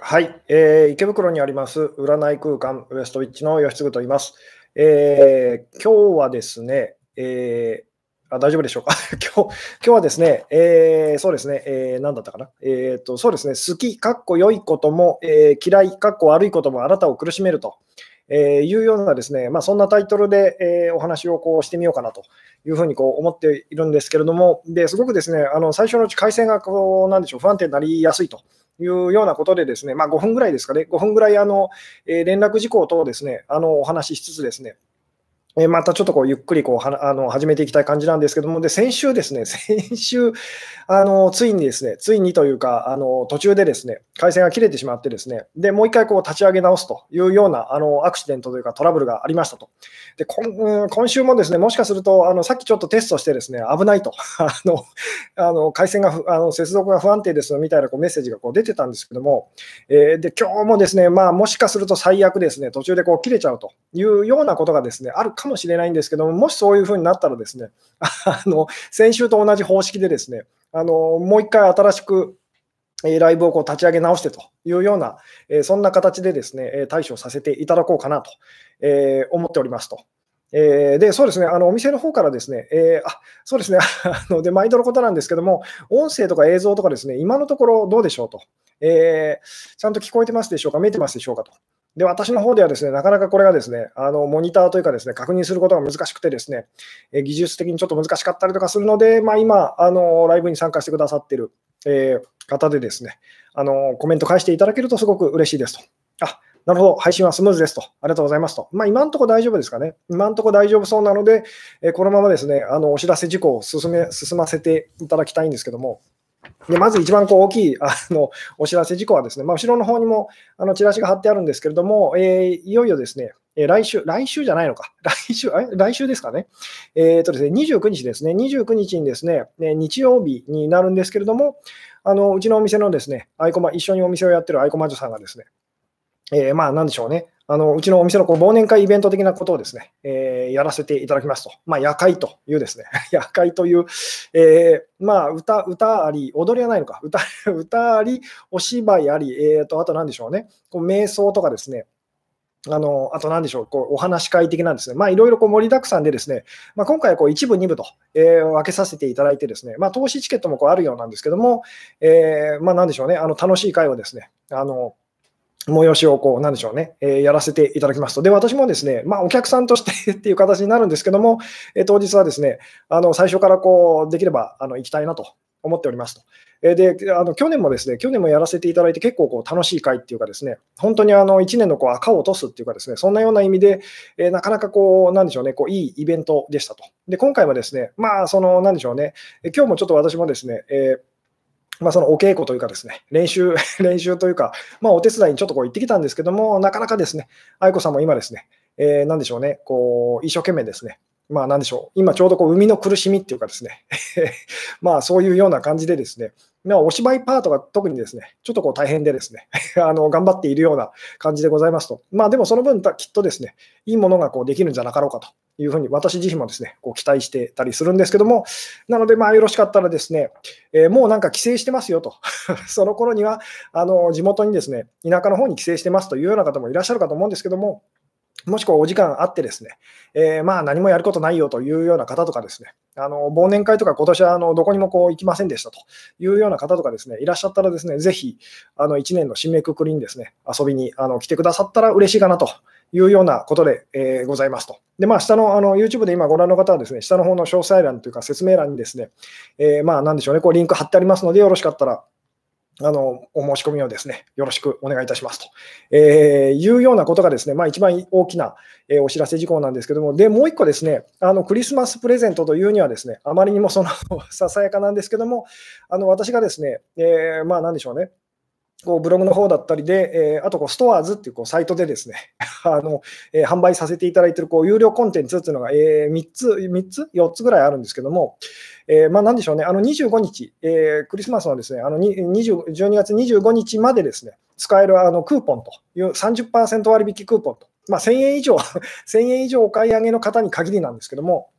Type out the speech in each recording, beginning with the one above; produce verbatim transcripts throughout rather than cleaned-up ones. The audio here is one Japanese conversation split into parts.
はい、えー池袋にあります占い空間ウエストウィッチの吉嗣と言います。えー今日はですね、えーあ、大丈夫でしょうか。今日今日はですね、えーそうですね、えー何だったかな。えーと、そうですね、好き、かっこ良いことも、えー嫌い、かっこ悪いこともあなたを苦しめると、えーいうようなですね、まあ、そんなタイトルで、えーお話をこうしてみようかなというふうにこう思っているんですけれども、ですごくですね、あの最初のうち回線がこうなんでしょう、不安定になりやすいと。いうようなことでですね、まあ、ごふんぐらいですかね、ごふんぐらいあの、えー連絡事項等をですね、あのお話ししつつですね、え、またちょっとこうゆっくりこうはなあの始めていきたい感じなんですけども、で、先週ですね、先週、あのついにですね、ついにというか、あの途中でですね、回線が切れてしまってですね、で、もう一回こう立ち上げ直すというようなあのアクシデントというかトラブルがありましたと。で、こんうん、今週もですね、もしかするとあのさっきちょっとテストしてですね、危ないと、あのあの回線がふあの接続が不安定ですみたいなこうメッセージがこう出てたんですけども、えーで、今日もですね、まあ、もしかすると最悪ですね、途中でこう切れちゃうというようなことがですね、あるかもしれないんですけども、もしそういう風になったらですね、あの、先週と同じ方式でですね、あの、もう一回新しく、えーライブをこう立ち上げ直してというような、えーそんな形でですね、えー対処させていただこうかなと、えー思っておりますと。えーで、そうですね、あの、お店の方からですね、えーあ、そうですね、あの、で、毎度のことなんですけども、音声とか映像とかですね、今のところどうでしょうと。えーちゃんと聞こえてますでしょうか、見えてますでしょうかと。で、私の方ではですね、なかなかこれがですね、あの、モニターというかですね、確認することが難しくてですね、えー技術的にちょっと難しかったりとかするので、まあ、今、あの、ライブに参加してくださっている、えー方でですね、あの、コメント返していただけるとすごく嬉しいですと。あ、なるほど、配信はスムーズですと。ありがとうございますと。まあ、今のところ大丈夫ですかね。今のところ大丈夫そうなので、えーこのままですね、あの、お知らせ事項を進め、進ませていただきたいんですけども、でまず一番こう大きいあのお知らせ事項はですね、まあ、後ろの方にもあのチラシが貼ってあるんですけれども、えーいよいよですね、えー来週、来週じゃないのか、来週、あれ来週ですかね、えーとですね、にじゅうくにちですね、にじゅうくにちにですね、えー日曜日になるんですけれども、あのうちのお店のですね、アイコマ、一緒にお店をやってるアイコマ女さんがですね、えーまあ、なんでしょうね。あのうちのお店のこう忘年会イベント的なことをですね、えーやらせていただきますと。まあ、夜会というですね、夜会という、えーまあ、歌、歌あり、踊りはないのか、歌、歌あり、お芝居あり、えーと、あとなんでしょうね、こう瞑想とかですね、あのあとなんでしょう、こうお話し会的なんですね、まあ、いろいろこう盛りだくさんでですね、まあ、今回はこう一部、二部と、えー分けさせていただいてですね、まあ、投資チケットもこうあるようなんですけども、えーまあ、なんでしょうね、あの楽しい会をですね、あの催しをこう、なんでしょうね、えーやらせていただきますと。で、私もですね、まあ、お客さんとしてっていう形になるんですけども、えー当日はですね、あの、最初からこう、できれば、あの、行きたいなと思っておりますと。えーで、あの、去年もですね、去年もやらせていただいて、結構こう、楽しい会っていうかですね、本当にあの、いちねんのこう、赤を落とすっていうかですね、そんなような意味で、えーなかなかこう、なんでしょうね、こう、いいイベントでしたと。で、今回はですね、まあ、その、なんでしょうね、え今日もちょっと私もですね、えーまあ、そのお稽古というかですね、練習練習というか、まあ、お手伝いにちょっとこう行ってきたんですけども、なかなかですね、愛子さんも今ですね、えーなんでしょうね、こう一生懸命ですね、まあ、なんでしょう、今ちょうどこう生みの苦しみっていうかですね、まあ、そういうような感じでですね、まあ、お芝居パートが特にですね、ちょっとこう大変でですね、あの頑張っているような感じでございますと。まあ、でもその分、たきっとですね、いいものがこうできるんじゃなかろうかというふうに私自身もですね、こう期待してたりするんですけども、なので、まあ、よろしかったらですね、えーもうなんか帰省してますよと、その頃にはあの地元にですね、田舎の方に帰省してますというような方もいらっしゃるかと思うんですけども、もしこうお時間あってですね、えーまあ何もやることないよというような方とかですね、あの忘年会とか今年はあのどこにもこう行きませんでしたというような方とかですね、いらっしゃったらですね、ぜひあのいちねんの締めくくりにですね、遊びにあの来てくださったら嬉しいかなというようなことで、えーございますと。で、まあ、下のあの YouTube で今ご覧の方はですね、下の方の詳細欄というか説明欄にですね、えーまあなんでしょうね、こうリンク貼ってありますので、よろしかったらあの、お申し込みをですね、よろしくお願いいたしますと、えーいうようなことがですね、まあ、一番大きな、えーお知らせ事項なんですけども、で、もう一個ですね、あのクリスマスプレゼントというにはですね、あまりにもそのささやかなんですけども、あの私がですね、えーまあ、なんでしょうね、こうブログの方だったりで、えーあとこうストアーズっていうこうサイトでですね、あのえー販売させていただいているこう有料コンテンツっていうのが、えーみっつ、みっつ、よっつぐらいあるんですけども、えーまあ、なんでしょうね、あのにじゅうごにち、えークリスマスのですね、あのにじゅうじゅうにがつにじゅうごにちまでですね、使えるあのクーポンというさんじゅっパーセント割引クーポンと、まあ、せんえん以上、せんえん以上お買い上げの方に限りなんですけども、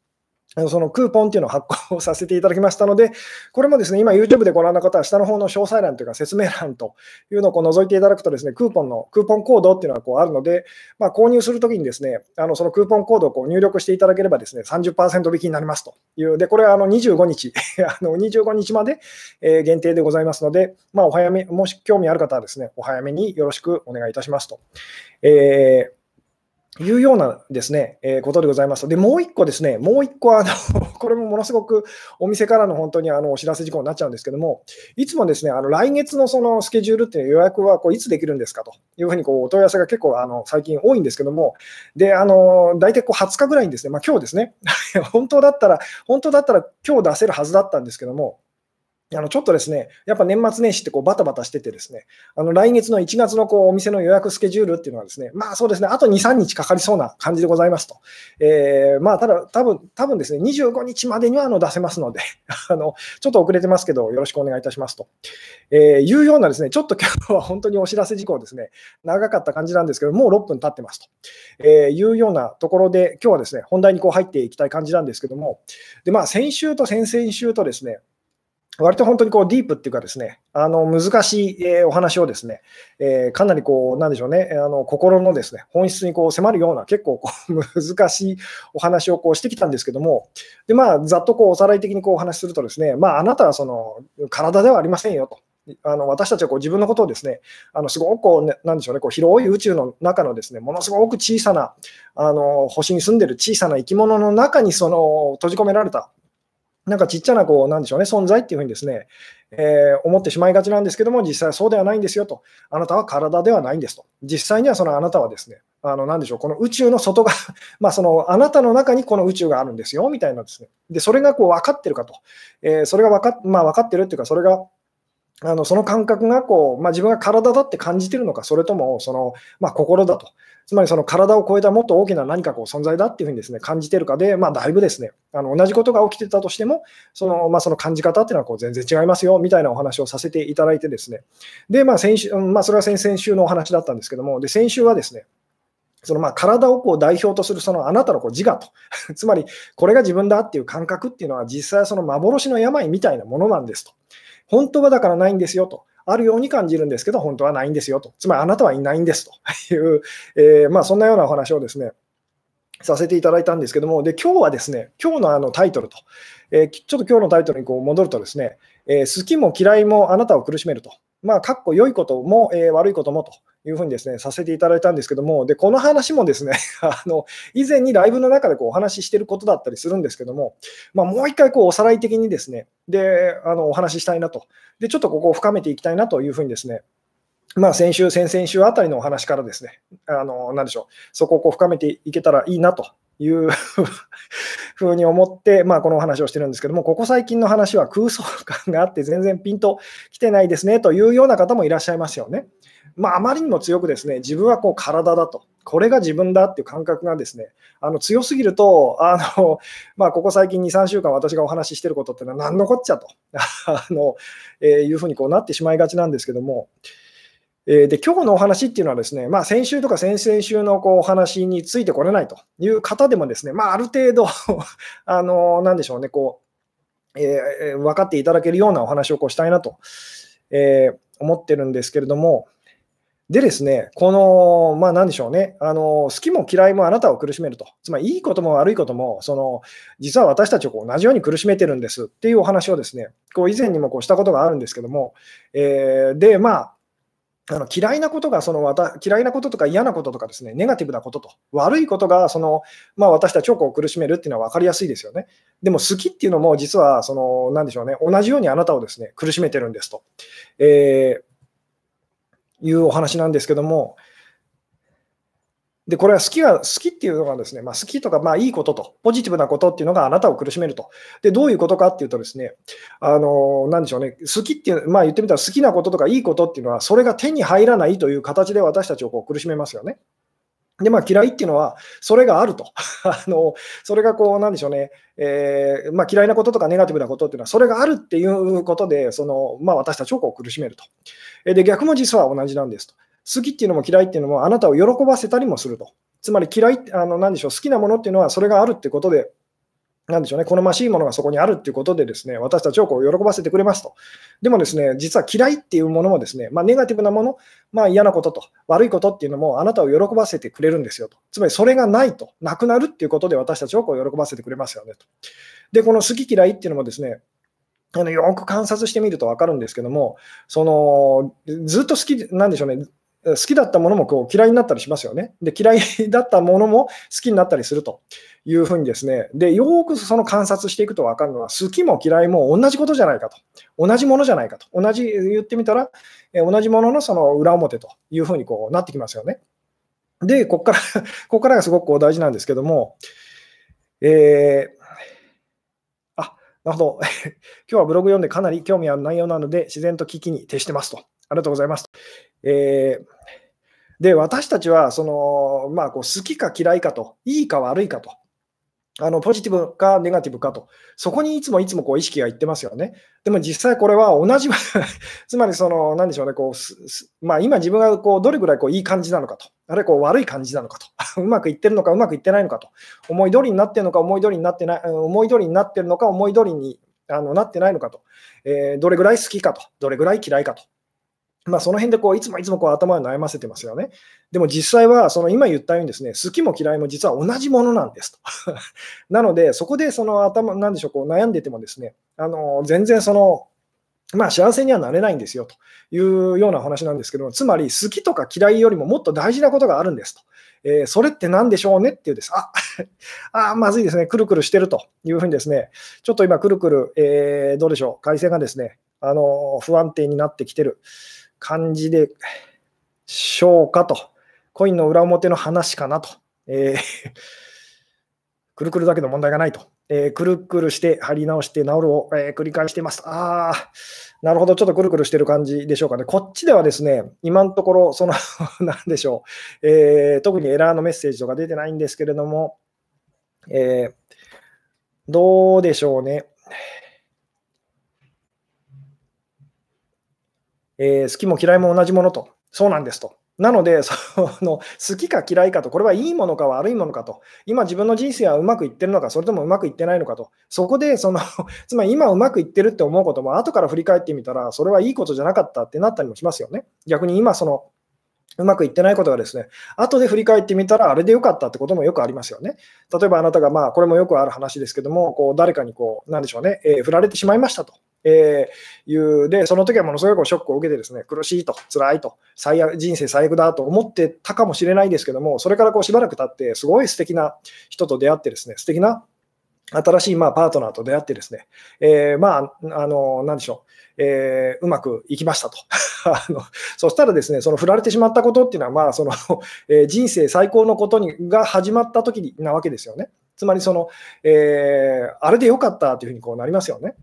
あのそのクーポンっていうのを発行させていただきましたので、これもですね、今 YouTube でご覧の方は下の方の詳細欄というか説明欄というのをこう覗いていただくとですね、クーポンの、クーポンコードっていうのがこうあるので、まあ、購入するときにですね、あのそのクーポンコードをこう入力していただければですね、さんじゅっパーセント引きになりますという。で、これはあのにじゅうごにち、あのにじゅうごにちまでえー限定でございますので、まあ、お早め、もし興味ある方はですね、お早めによろしくお願いいたしますと。えーいうようなですね、えーことでございます。で、もう一個ですね、もう一個あの、これもものすごくお店からの本当にあのお知らせ事項になっちゃうんですけども、いつもですね、あの来月のそのスケジュールっていう予約はこういつできるんですかというふうにこうお問い合わせが結構あの最近多いんですけども、で、あの大体こうはつかぐらいにですね、まあ今日ですね、本当だったら、本当だったら今日出せるはずだったんですけども、あのちょっとですね、やっぱ年末年始ってこうバタバタしててですね、あの来月のいちがつのこうお店の予約スケジュールっていうのはですね、まあそうですね、あとに、さんにちかかりそうな感じでございますと。えー、まあただ、多分多分ですね、にじゅうごにちまでにはあの出せますのであの、ちょっと遅れてますけど、よろしくお願いいたしますと、えー、いうようなですね、ちょっと今日は本当にお知らせ事項ですね、長かった感じなんですけど、もうろっぷん経ってますと、えー、いうようなところで、今日はですね、本題にこう入っていきたい感じなんですけども、でまあ、先週と先々週とですね、割と本当にこうディープっていうかですね、あの難しい、えーお話をですね、えーかなりこう、なんでしょうね、あの心のですね、本質にこう迫るような結構こう難しいお話をこうしてきたんですけども、でまあ、ざっとこうおさらい的にこうお話しするとですね、まあ、あなたはその体ではありませんよと。あの私たちはこう自分のことをですね、あのすごくこう、ね、なんでしょうね、こう広い宇宙の中のですね、ものすごく小さなあの星に住んでる小さな生き物の中にその閉じ込められた、なんかちっちゃなこう、なんでしょうね、存在っていうふうにですね、えー思ってしまいがちなんですけども、実際はそうではないんですよと。あなたは体ではないんですと。実際にはそのあなたはですね、あのなんでしょう、この宇宙の外側、まあそのあなたの中にこの宇宙があるんですよみたいなですね。で、それがこう分かってるかと。えーそれが分かっ、まあ、分かってるっていうか、それがあのその感覚がこう、まあ、自分が体だって感じているのか、それともその、まあ、心だと、つまりその体を超えたもっと大きな何かこう存在だっていうふうにですね感じているかで、まあ、だいぶですね、あの同じことが起きてたとしても、その,、まあ、その感じ方っていうのはこう全然違いますよみたいなお話をさせていただいてですね、で、まあ先週うんまあ、それは先々週のお話だったんですけども、で先週はですね、そのまあ体をこう代表とするそのあなたのこう自我と、つまりこれが自分だっていう感覚っていうのは、実際はその幻の病みたいなものなんですと。本当はだからないんですよと。あるように感じるんですけど、本当はないんですよと。つまりあなたはいないんですという、えーまあ、そんなようなお話をですね、させていただいたんですけども、で今日はですね、今日のあのタイトルと、えーちょっと今日のタイトルにこう戻るとですね、えー好きも嫌いもあなたを苦しめると、まあ、かっこ良いことも、えー悪いこともというふうにですね、させていただいたんですけども、でこの話もですね、あの以前にライブの中でこうお話ししていることだったりするんですけども、まあ、もう一回こうおさらい的にですね、であのお話ししたいなと、でちょっとここを深めていきたいなというふうにですね、まあ、先週、先々週あたりのお話からですね、あのなんでしょう、そこをこう深めていけたらいいなというふうに思って、まあ、このお話をしてるんですけども、ここ最近の話は空想感があって全然ピンときてないですねというような方もいらっしゃいますよね。まあ、あまりにも強くですね、自分はこう体だと、これが自分だっていう感覚がですね、あの強すぎると、あのまあ、ここ最近に、さんしゅうかん私がお話ししていることっていうのは何のこっちゃとあの、えーいうふうにこうなってしまいがちなんですけども、えーで今日のお話っていうのはですね、まあ、先週とか先々週のこうお話についてこれないという方でもですね、まあ、ある程度あのなんでしょうね、こう、えー分かっていただけるようなお話をこうしたいなと、えー思ってるんですけれども、でですね、この、まあ、なんでしょうね、あの好きも嫌いもあなたを苦しめると、つまりいいことも悪いことも、その実は私たちをこう同じように苦しめてるんですっていうお話をですね、こう以前にもこうしたことがあるんですけども、えーで、まあ、あの嫌いなことがそのわた嫌いなこととか嫌なこととかですね、ネガティブなことと、悪いことがその、まあ、私たちをこう苦しめるっていうのは分かりやすいですよね。でも好きっていうのも実はそのなんでしょうね、同じようにあなたをですね苦しめてるんですと、えーいうお話なんですけども、で、これは好きが好きっていうのがですね、まあ、好きとか、まあ、いいことと、ポジティブなことっていうのがあなたを苦しめると。で、どういうことかっていうとですね、あの、なんでしょうね、好きっていう、まあ、言ってみたら好きなこととかいいことっていうのは、それが手に入らないという形で私たちをこう苦しめますよね。で、まあ、嫌いっていうのは、それがあると。あの、それがこう、なんでしょうね、えーまあ、嫌いなこととかネガティブなことっていうのは、それがあるっていうことで、その、まあ、私たちをこう苦しめると。えで、逆も実は同じなんですと。好きっていうのも嫌いっていうのも、あなたを喜ばせたりもすると。つまり嫌い、あの、なんでしょう、好きなものっていうのは、それがあるってことで、 なんでしょうね、好ましいものがそこにあるっていうことでですね、私たちをこう喜ばせてくれますと。でもですね、実は嫌いっていうものもですね、まあ、ネガティブなもの、まあ、嫌なことと悪いことっていうのもあなたを喜ばせてくれるんですよと。つまりそれがないと、なくなるっていうことで私たちをこう喜ばせてくれますよねと。で、この好き嫌いっていうのもですね、あのよく観察してみると分かるんですけども、そのずっと好きなんでしょうね、好きだったものもこう嫌いになったりしますよね。で、嫌いだったものも好きになったりするというふうにですね、で、よくその観察していくと分かるのは、好きも嫌いも同じことじゃないかと、同じものじゃないかと、同じ言ってみたら、え同じもののその裏表というふうにこうなってきますよね。で、ここからここからがすごくこう大事なんですけども、えーあ、なるほど。今日はブログ読んでかなり興味ある内容なので、自然と聞きに徹してますと。ありがとうございます。えーで、私たちはその、まあ、こう好きか嫌いかと、いいか悪いかと、あのポジティブかネガティブかと、そこにいつもいつもこう意識がいってますよね。でも実際これは同じつまりその、なんでしょうね、こうすすまあ、今自分がこうどれぐらいこういい感じなのかと、あるいはこう悪い感じなのかと、うまくいってるのかうまくいってないのかと、思い通りになってるのか思い通りになってない、思い通りになってるのか思い通りにあのなってないのかと、えーどれぐらい好きかと、どれぐらい嫌いかと。まあ、その辺でこういつもいつもこう頭を悩ませてますよね。でも実際はその今言ったようにですね、好きも嫌いも実は同じものなんですと。なので、そこでその頭、なんでしょう、こう悩んでてもですね、あの全然その、まあ、幸せにはなれないんですよというような話なんですけども、つまり好きとか嫌いよりももっと大事なことがあるんですと。えーそれって何でしょうねっていうです。ああ、まずいですね、くるくるしてるというふうにですね、ちょっと今、くるくる、えーどうでしょう、回線がですね、あの不安定になってきてる感じでしょうかと、コインの裏表の話かなと、えーくるくるだけど問題がないと、えーくるくるして貼り直して治るを、えー繰り返しています。ああ、なるほど、ちょっとくるくるしてる感じでしょうかね。こっちではですね、今のところ、そのなんでしょう、えー特にエラーのメッセージとか出てないんですけれども、えーどうでしょうね。えー好きも嫌いも同じものと。そうなんですと。なので、その好きか嫌いかと、これはいいものか悪いものかと、今自分の人生はうまくいってるのか、それともうまくいってないのかと、そこでそのつまり今うまくいってるって思うことも、後から振り返ってみたら、それはいいことじゃなかったってなったりもしますよね。逆に今そのうまくいってないことがですね、後で振り返ってみたら、あれでよかったってこともよくありますよね。例えばあなたが、まあ、これもよくある話ですけども、こう誰かにこう、なんでしょうね、えー振られてしまいましたと。えーいう、で、その時はものすごいこうショックを受けてですね、苦しいと、辛いと、最悪、人生最悪だと思ってたかもしれないですけども、それからこうしばらく経って、すごい素敵な人と出会ってですね、素敵な新しいまあパートナーと出会ってですね、えーまあ、あの、なんでしょう、えーうまくいきましたと。あのそしたらですね、その振られてしまったことっていうのは、まあ、その、えー人生最高のことにが始まった時なわけですよね。つまりその、えーあれでよかったというふうにこうなりますよね。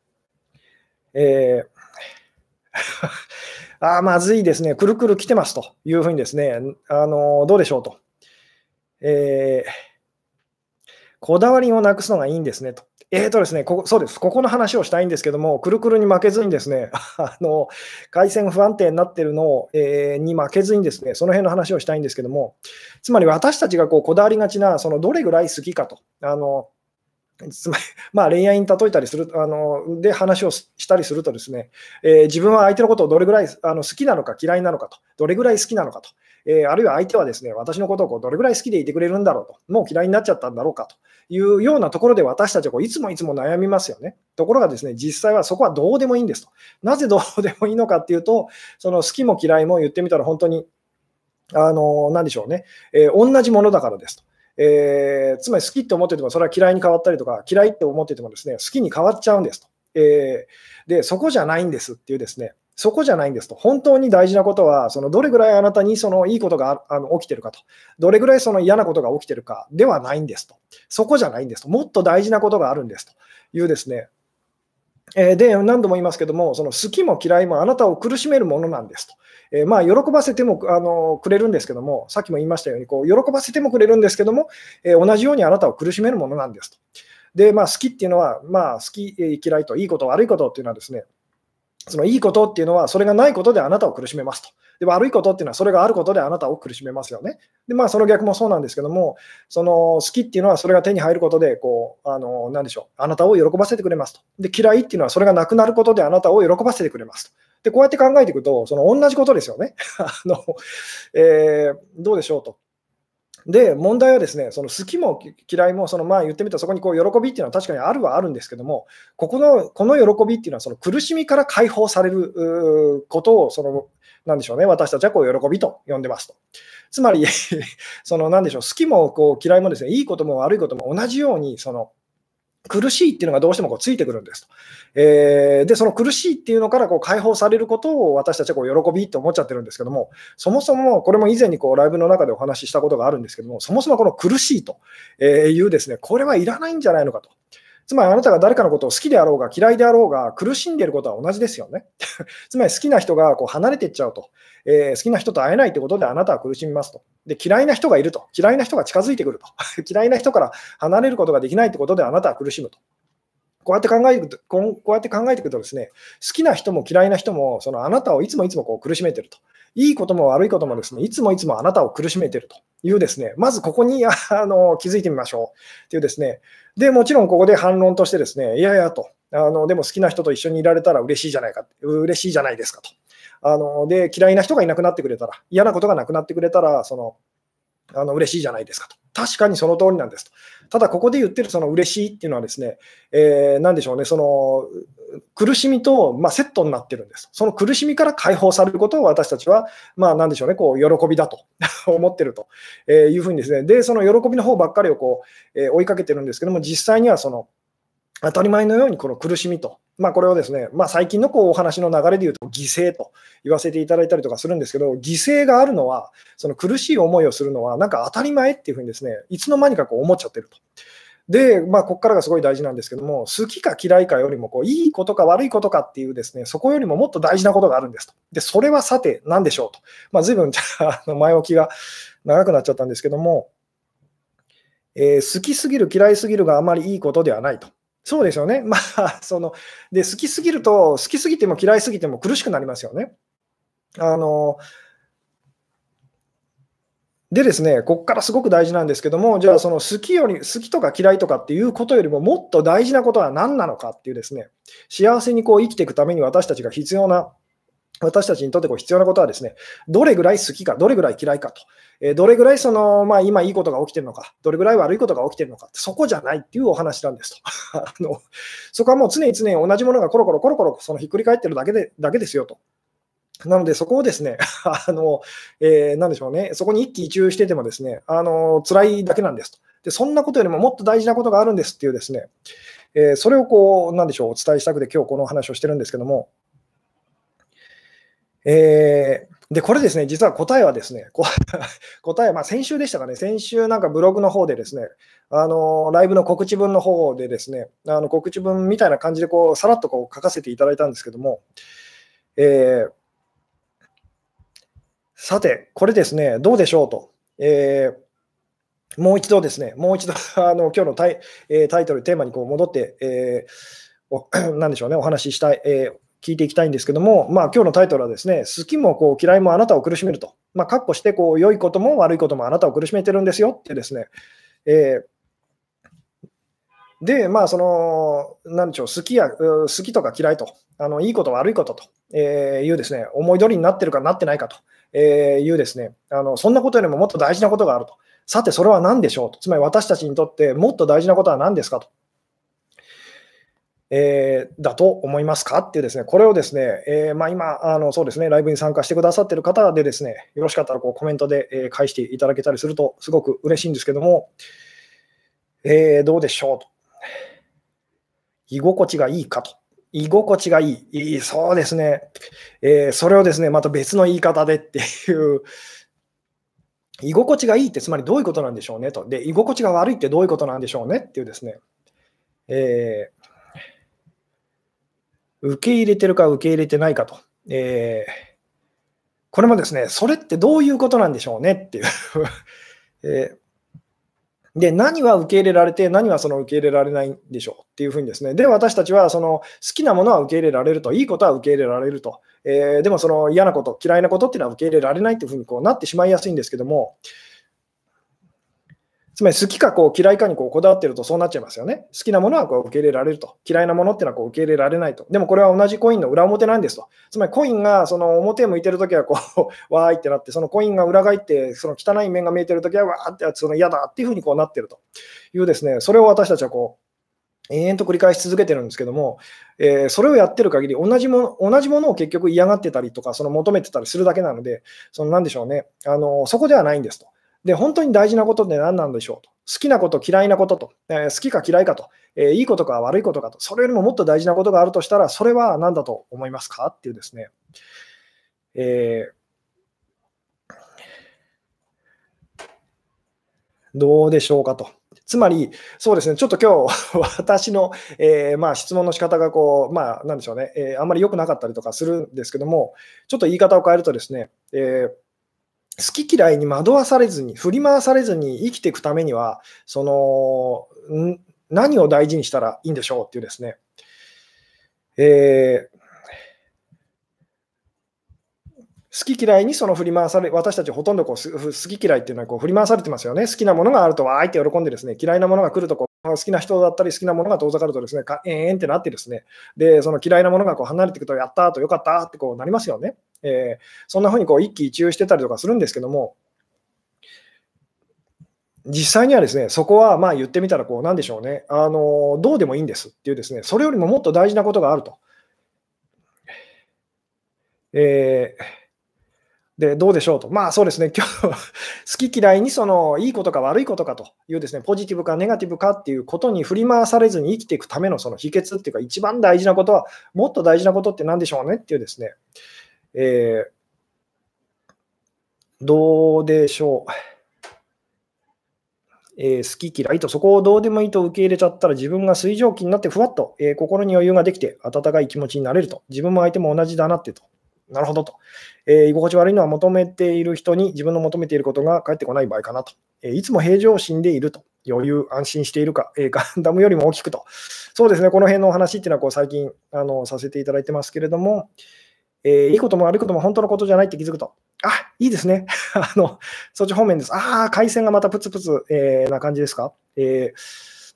えーあーまずいですね、くるくる来てますというふうにですね、あのどうでしょうと。えーこだわりをなくすのがいいんですねと。えーとですね、ここそうです。ここの話をしたいんですけども、くるくるに負けずにですね、あの、回線不安定になっているのを、えーに負けずにですね、その辺の話をしたいんですけども、つまり私たちがこうこだわりがちな、そのどれぐらい好きかと、あの、つまり、まあ、恋愛に例えたりするあので話をしたりするとですね、えー自分は相手のことをどれぐらいあの好きなのか嫌いなのかと、どれぐらい好きなのかと、えーあるいは相手はですね、私のことをこうどれぐらい好きでいてくれるんだろうと、もう嫌いになっちゃったんだろうかというようなところで私たちはこういつもいつも悩みますよね。ところがですね、実際はそこはどうでもいいんですと。なぜどうでもいいのかっていうと、その好きも嫌いも言ってみたら本当にあの、なんでしょうね、えー同じものだからですと。えーつまり好きって思ってても、それは嫌いに変わったりとか、嫌いって思っててもですね、好きに変わっちゃうんですと。えーで、そこじゃないんですっていうですね、そこじゃないんですと。本当に大事なことは、そのどれぐらいあなたにそのいいことがああの起きてるかと、どれぐらいその嫌なことが起きてるかではないんですと。そこじゃないんですと。もっと大事なことがあるんですというですね、えーで、何度も言いますけども、その好きも嫌いもあなたを苦しめるものなんですと。えーまあ、喜ばせてもあのくれるんですけども、さっきも言いましたように、こう喜ばせてもくれるんですけども、えー同じようにあなたを苦しめるものなんですと。で、まあ、好きっていうのは、まあ、好き、えー嫌いと、いいこと、悪いことっていうのはですね、そのいいことっていうのは、それがないことであなたを苦しめますと。 で、悪いことっていうのは、それがあることであなたを苦しめますよね。で、まあ、その逆もそうなんですけども、その好きっていうのは、それが手に入ることで、こう、あの、なんでしょう、あなたを喜ばせてくれますと。で、嫌いっていうのは、それがなくなることであなたを喜ばせてくれますと。で、こうやって考えていくと、その同じことですよね。あの、えーどうでしょうと。で、問題はですね、その好きも嫌いも、そのまあ言ってみたらそこにこう喜びっていうのは確かにあるはあるんですけども、ここのこの喜びっていうのはその苦しみから解放されるうーことを、そのなんでしょうね、私たちはこう喜びと呼んでますと。つまりそのなんでしょう、好きもこう嫌いもですね、いいことも悪いことも同じように、その苦しいっていうのがどうしてもこうついてくるんですと。えーで、その苦しいっていうのからこう解放されることを私たちはこう喜びって思っちゃってるんですけども、そもそもこれも以前にこうライブの中でお話ししたことがあるんですけども、そもそもこの苦しいというですね、これはいらないんじゃないのかと。つまりあなたが誰かのことを好きであろうが嫌いであろうが苦しんでいることは同じですよね。つまり好きな人がこう離れていっちゃうと、えー好きな人と会えないということであなたは苦しみますと。で、嫌いな人がいると、嫌いな人が近づいてくると、嫌いな人から離れることができないということであなたは苦しむと。こうやって考えていくと、こうこうやって考えていくとですね、好きな人も嫌いな人も、そのあなたをいつもいつもこう苦しめていると。いいことも悪いこともですね、いつもいつもあなたを苦しめているというですね、まずここにあの気づいてみましょうっていうですね。で、もちろんここで反論としてですね、いやいやと、あのでも好きな人と一緒にいられたら嬉しいじゃないか、嬉しいじゃないですかと。あので、嫌いな人がいなくなってくれたら、嫌なことがなくなってくれたら、そのあの嬉しいじゃないですかと。確かにその通りなんですと。ただ、ここで言ってるその嬉しいっていうのはですね、えー、なんでしょうね、その苦しみと、まあ、セットになってるんです。その苦しみから解放されることを私たちは、まあ、なんでしょうね、こう喜びだと思ってるというふうにですね、で、その喜びの方ばっかりをこう、えー追いかけてるんですけども、実際にはその当たり前のようにこの苦しみと、まあ、これをですね、まあ、最近のこうお話の流れで言うと、犠牲と言わせていただいたりとかするんですけど、犠牲があるのは、その苦しい思いをするのは、なんか当たり前っていうふうにですね、いつの間にかこう思っちゃってると。で、まあ、ここからがすごい大事なんですけども、好きか嫌いかよりもこう、いいことか悪いことかっていうですね、そこよりももっと大事なことがあるんですと。で、それはさて何でしょうと。まあ、随分あの前置きが長くなっちゃったんですけども、えー好きすぎる、嫌いすぎるがあまりいいことではないと。そうですよね。まあ、その、で、好きすぎると、好きすぎても嫌いすぎても苦しくなりますよね。あの、でですね、ここからすごく大事なんですけども、じゃあその好きより好きとか嫌いとかっていうことよりももっと大事なことは何なのかっていうですね、幸せにこう生きていくために私たちが必要な私たちにとってこう必要なことはですね、どれぐらい好きか、どれぐらい嫌いかと、えーどれぐらいその、まあ、今いいことが起きてるのか、どれぐらい悪いことが起きてるのか、そこじゃないっていうお話なんですと。あのそこはもう常に常に同じものがコロコロコロコロそのひっくり返ってるだけでだけですよと。なので、そこをですね、あの、えーなんでしょうね、そこに一喜一憂しててもですね、あの、辛いだけなんですと。で、そんなことよりももっと大事なことがあるんですっていうですね、えーそれをこう、なんでしょう、お伝えしたくて今日このお話をしてるんですけども、えーで、これですね、実は答えはですね、こ答え、まあ、先週でしたかね、先週なんかブログの方でですね、あの、ライブの告知文の方でですね、あの告知文みたいな感じでこう、さらっとこう書かせていただいたんですけども、えーさて、これですね、どうでしょうと。えーもう一度ですね、もう一度あの今日のタイ,、えータイトル、テーマにこう戻って、えーおなんでしょうね、お話ししたい、えー聞いていきたいんですけども、まあ今日のタイトルはですね、好きもこう嫌いもあなたを苦しめると。まあ、括弧してこう、良いことも悪いこともあなたを苦しめてるんですよってですね、えーで、まあ、その、なんでしょう、好きや、う好きとか嫌いと、あのいいこと悪いことと、えーいうですね、思い通りになってるかなってないかと、えーいうですね、あの、そんなことよりももっと大事なことがあると。さて、それは何でしょうと。つまり私たちにとってもっと大事なことは何ですかと。えーだと思いますかっていうですね、これをですね、えーまあ、今、あのそうですね、ライブに参加してくださっている方でですね、よろしかったらこうコメントで、えー返していただけたりするとすごく嬉しいんですけども、えーどうでしょうと。居心地がいいかと。居心地がいい。いいそうですね。えーそれをですね、また別の言い方でっていう、居心地がいいってつまりどういうことなんでしょうねと。で、居心地が悪いってどういうことなんでしょうねっていうですね、えー受け入れてるか受け入れてないかと。えーこれもですね、それってどういうことなんでしょうねっていう。えーで、何は受け入れられて、何はその受け入れられないんでしょうっていうふうにですね。で、私たちはその好きなものは受け入れられると、いいことは受け入れられると、えーでもその嫌なこと、嫌いなことっていうのは受け入れられないっていうふうにこうなってしまいやすいんですけども、つまり好きかこう嫌いかにこうこだわってるとそうなっちゃいますよね。好きなものはこう受け入れられると、嫌いなものっていうのはこう受け入れられないと。でもこれは同じコインの裏表なんですと。つまりコインがその表向いてるときはこうわーいってなって、そのコインが裏返ってその汚い面が見えてるときはわーってその嫌だっていうふうにこうなってるというですね、それを私たちはこう延々と繰り返し続けてるんですけども、えーそれをやってる限り同じもの、同じものを結局嫌がってたりとか、その求めてたりするだけなので、そのなんでしょうね、あのそこではないんですと。で、本当に大事なことって何なんでしょうと。好きなこと、嫌いなことと、えー好きか嫌いかと、えーいいことか悪いことかと、それよりももっと大事なことがあるとしたら、それは何だと思いますかっていうですね、えーどうでしょうかと。つまり、そうですね、ちょっと今日私の、えーまあ、質問の仕方がこう、まあ、なんでしょうね、えーあんまり良くなかったりとかするんですけども、ちょっと言い方を変えるとですね、えー好き嫌いに惑わされずに、振り回されずに生きていくためには、その、ん何を大事にしたらいいんでしょうっていうですね、えー好き嫌いにその振り回され、私たちほとんどこうす好き嫌いっていうのはこう振り回されてますよね。好きなものがあるとわーいって喜んでですね、嫌いなものが来るとこう好きな人だったり好きなものが遠ざかるとですね、かえーんってなってですね、で、その嫌いなものがこう離れていくとやったーとよかったーってこうなりますよね。えーそんな風にこう一喜一憂してたりとかするんですけども、実際にはですね、そこはまあ言ってみたらこうなんでしょうね、あのどうでもいいんですっていうですね、それよりももっと大事なことがあると。えーで、どうでしょうと。まあ、そうですね、今日好き嫌いにその、いいことか悪いことかというですね、ポジティブかネガティブかっていうことに振り回されずに生きていくためのその秘訣っていうか、一番大事なことは、もっと大事なことって何でしょうねっていうですね、えーどうでしょう。えー好き嫌いと、そこをどうでもいいと受け入れちゃったら、自分が水蒸気になってふわっと、えー心に余裕ができて、温かい気持ちになれると。自分も相手も同じだなってと。なるほどと。えー居心地悪いのは求めている人に自分の求めていることが返ってこない場合かなと。えーいつも平常心でいると。余裕、安心しているか、えーガンダムよりも大きくと。そうですね、この辺のお話っていうのはこう最近あのさせていただいてますけれども、えーいいことも悪いことも本当のことじゃないって気づくと。あ、いいですね。あの、そっち方面です。ああ、回線がまたプツプツ、えーな感じですか。えー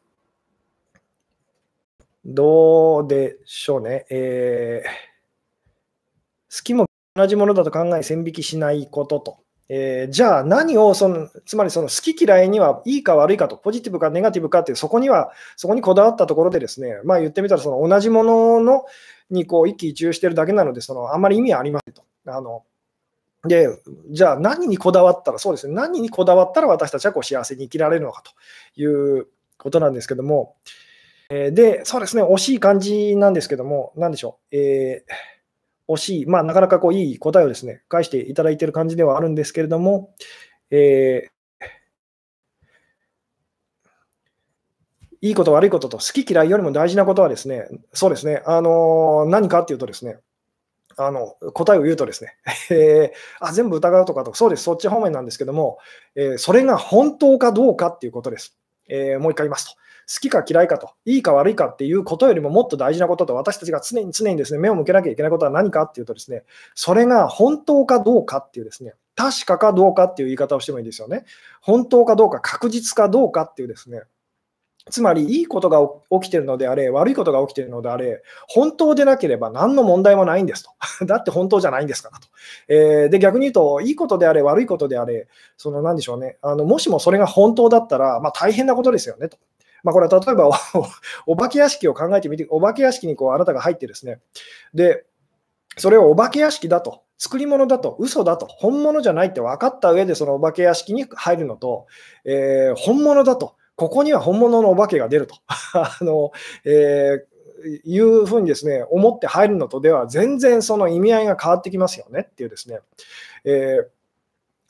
どうでしょうね。えー好きも同じものだと考え線引きしないことと。えーじゃあ何をその、つまりその好き嫌いにはいいか悪いかと、ポジティブかネガティブかっていう、そこには、そこにこだわったところでですね、まあ言ってみたらその同じもののにこう一喜一憂してるだけなので、そのあんまり意味はありませんと。あので、じゃあ何にこだわったら、そうですね、何にこだわったら私たちはこう幸せに生きられるのかということなんですけども、えーで、そうですね、惜しい感じなんですけども、なんでしょう、えー惜しい、まあ、なかなかこういい答えをですね、返していただいている感じではあるんですけれども、えーいいこと悪いことと好き嫌いよりも大事なことはですね、そうですね、あの、何かっていうとですね、あの、答えを言うとですね、えーあ、全部疑うとかと、そうです、そっち方面なんですけども、えーそれが本当かどうかっていうことです。えーもう一回言いますと。好きか嫌いかと、いいか悪いかっていうことよりももっと大事なことと、私たちが常に常にですね、目を向けなきゃいけないことは何かっていうとですね、それが本当かどうかっていうですね、確かかどうかっていう言い方をしてもいいですよね。本当かどうか、確実かどうかっていうですね、つまり、いいことが起きているのであれ、悪いことが起きているのであれ、本当でなければ何の問題もないんですと。だって本当じゃないんですからと。えーで、逆に言うと、いいことであれ、悪いことであれ、そのなんでしょうね、あのもしもそれが本当だったら、まあ、大変なことですよねと。まあ、これは例えばお、お化け屋敷を考えてみて、お化け屋敷にこうあなたが入ってですね、で、それをお化け屋敷だと、作り物だと、嘘だと、本物じゃないって分かった上で、そのお化け屋敷に入るのと、えー本物だと、ここには本物のお化けが出るとあの、えーいうふうにですね、思って入るのとでは、全然その意味合いが変わってきますよねっていうですね、えー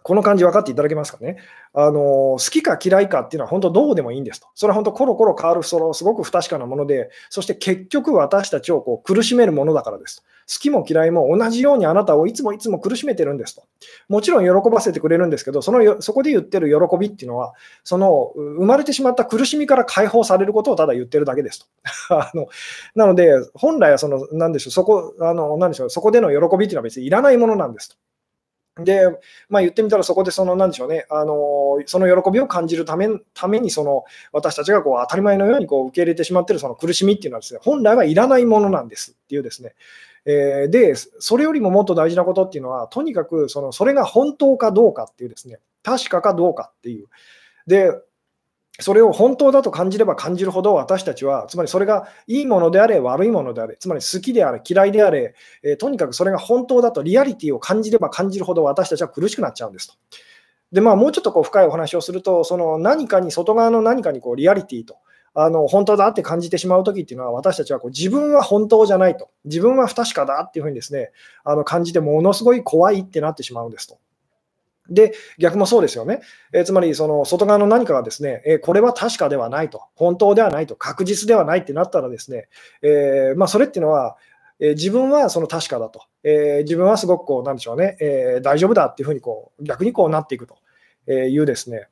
この感じ分かっていただけますかね。あの好きか嫌いかっていうのは本当どうでもいいんですと。それは本当コロコロ変わるそのすごく不確かなもので、そして結局私たちをこう苦しめるものだからですと。好きも嫌いも同じようにあなたをいつもいつも苦しめてるんですと。もちろん喜ばせてくれるんですけど、そのよそこで言ってる喜びっていうのは、そのう生まれてしまった苦しみから解放されることをただ言ってるだけですと。あのなので、本来はそのなんでしょう、そこあのなんでしょう、そこでの喜びっていうのは別にいらないものなんですと。で、まあ、言ってみたらそこでそのなんでしょうね、あのその喜びを感じるためためにその私たちがこう当たり前のようにこう受け入れてしまっているその苦しみっていうのはですね、本来はいらないものなんですっていうですね。えーで、それよりももっと大事なことっていうのは、とにかくそのそれが本当かどうかっていうですね、確かかどうかっていう。で、それを本当だと感じれば感じるほど、私たちは、つまりそれがいいものであれ、悪いものであれ、つまり好きであれ、嫌いであれ、えーとにかくそれが本当だと、リアリティを感じれば感じるほど、私たちは苦しくなっちゃうんですと。で、まあ、もうちょっとこう深いお話をすると、その何かに、外側の何かにこうリアリティと、あの本当だって感じてしまうときっていうのは、私たちはこう自分は本当じゃないと、自分は不確かだっていうふうにですね、あの感じて、ものすごい怖いってなってしまうんですと。で、逆もそうですよね。えーつまり、その外側の何かがですね、えーこれは確かではないと、本当ではないと、確実ではないってなったらですね、えーまあ、それっていうのは、えー自分はその確かだと、えー自分はすごくこう、なんでしょうね、えー大丈夫だっていうふうにこう、逆にこうなっていくというですね、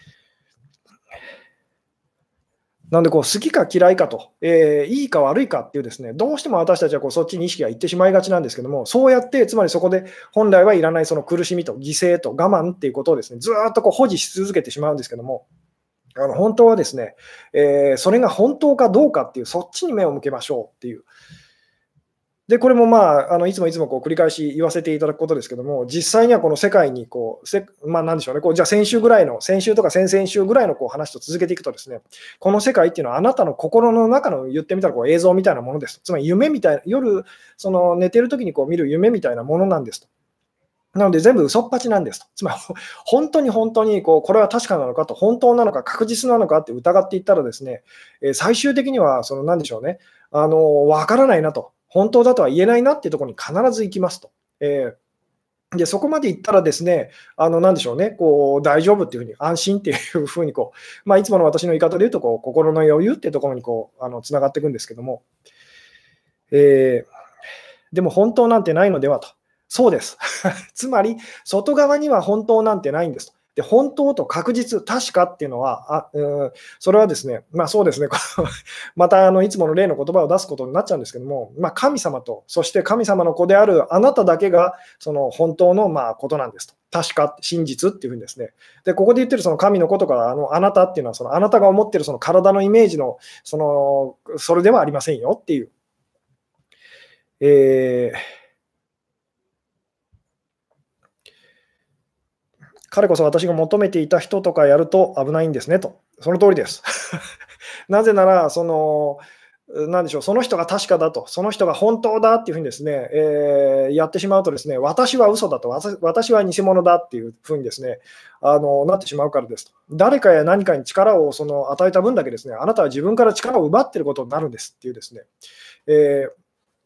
なのでこう、好きか嫌いかと、えーいいか悪いかっていうですね、どうしても私たちはこうそっちに意識がいってしまいがちなんですけども、そうやって、つまりそこで本来はいらないその苦しみと犠牲と我慢っていうことをですね、ずーっとこう保持し続けてしまうんですけども、あの本当はですね、えーそれが本当かどうかっていう、そっちに目を向けましょうっていう。で、これも、まあ、あのいつもいつもこう繰り返し言わせていただくことですけども、実際にはこの世界にこう、せまあ、なんでしょうね、こうじゃあ先週ぐらいの、先週とか先々週ぐらいのこう話と続けていくとですね、この世界っていうのはあなたの心の中の言ってみたらこう映像みたいなものです。つまり夢みたいな、夜、その寝てる時にこう見る夢みたいなものなんですと。なので全部嘘っぱちなんですと。つまり、本当に本当にこうこれは確かなのかと、本当なのか確実なのかって疑っていったらですね、えー最終的にはそのなんでしょうね、あの、わからないなと、本当だとは言えないなっていうところに必ず行きますと。えーで、そこまで行ったらですね、あの、なんでしょうね、こう、大丈夫っていうふうに、安心っていうふうにこう、まあ、いつもの私の言い方で言うと、こう、心の余裕っていうところにこう、あの、繋がっていくんですけども、えーでも本当なんてないのではと。そうです。つまり、外側には本当なんてないんですと。で、本当と確実、確かっていうのは、あうん、それはですね、まあそうですね、このまたあのいつもの例の言葉を出すことになっちゃうんですけども、まあ、神様と、そして神様の子であるあなただけが、その本当のまあことなんですと。確か、真実っていうふうにですね。で、ここで言ってるその神の子とか、あのあなたっていうのは、そのあなたが思ってるその体のイメージの、その、それではありませんよっていう。えー彼こそ私が求めていた人とかやると危ないんですねと。その通りです。なぜなら、その、なんでしょう、その人が確かだと、その人が本当だっていうふうにですね、えーやってしまうとですね、私は嘘だと、わた私は偽物だっていうふうにですね、あの、なってしまうからですと。誰かや何かに力をその与えた分だけですね、あなたは自分から力を奪っていることになるんですっていうですね、えー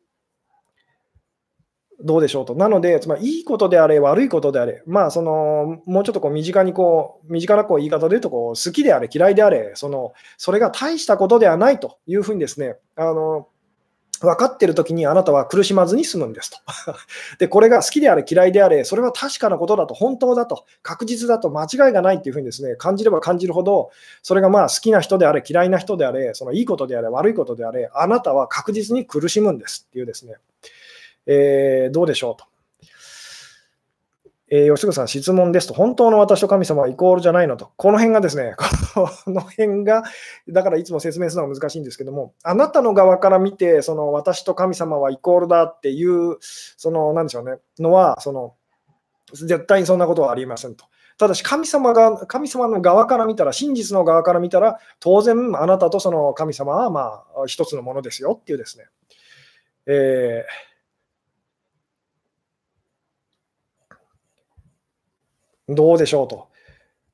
どうでしょうと。なので、つまりいいことであれ、悪いことであれ、まあ、その、もうちょっとこう身近にこう、身近なこう言い方で言うとこう、好きであれ、嫌いであれ、その、それが大したことではないというふうにですね、あの、分かっているときにあなたは苦しまずに済むんですと。で、これが好きであれ、嫌いであれ、それは確かなことだと、本当だと、確実だと、間違いがないっていうふうにですね、感じれば感じるほど、それがまあ好きな人であれ、嫌いな人であれ、そのいいことであれ、悪いことであれ、あなたは確実に苦しむんですっていうですね、えーどうでしょうと。えー吉純さん、質問ですと、本当の私と神様はイコールじゃないのと、この辺がですね、この辺が、だからいつも説明するのは難しいんですけども、あなたの側から見て、その私と神様はイコールだっていう、その、なんでしょうね、のは、その、絶対にそんなことはありえませんと。ただし神様が、神様の側から見たら、真実の側から見たら、当然、あなたとその神様は、まあ、一つのものですよっていうですね、えーどうでしょうと。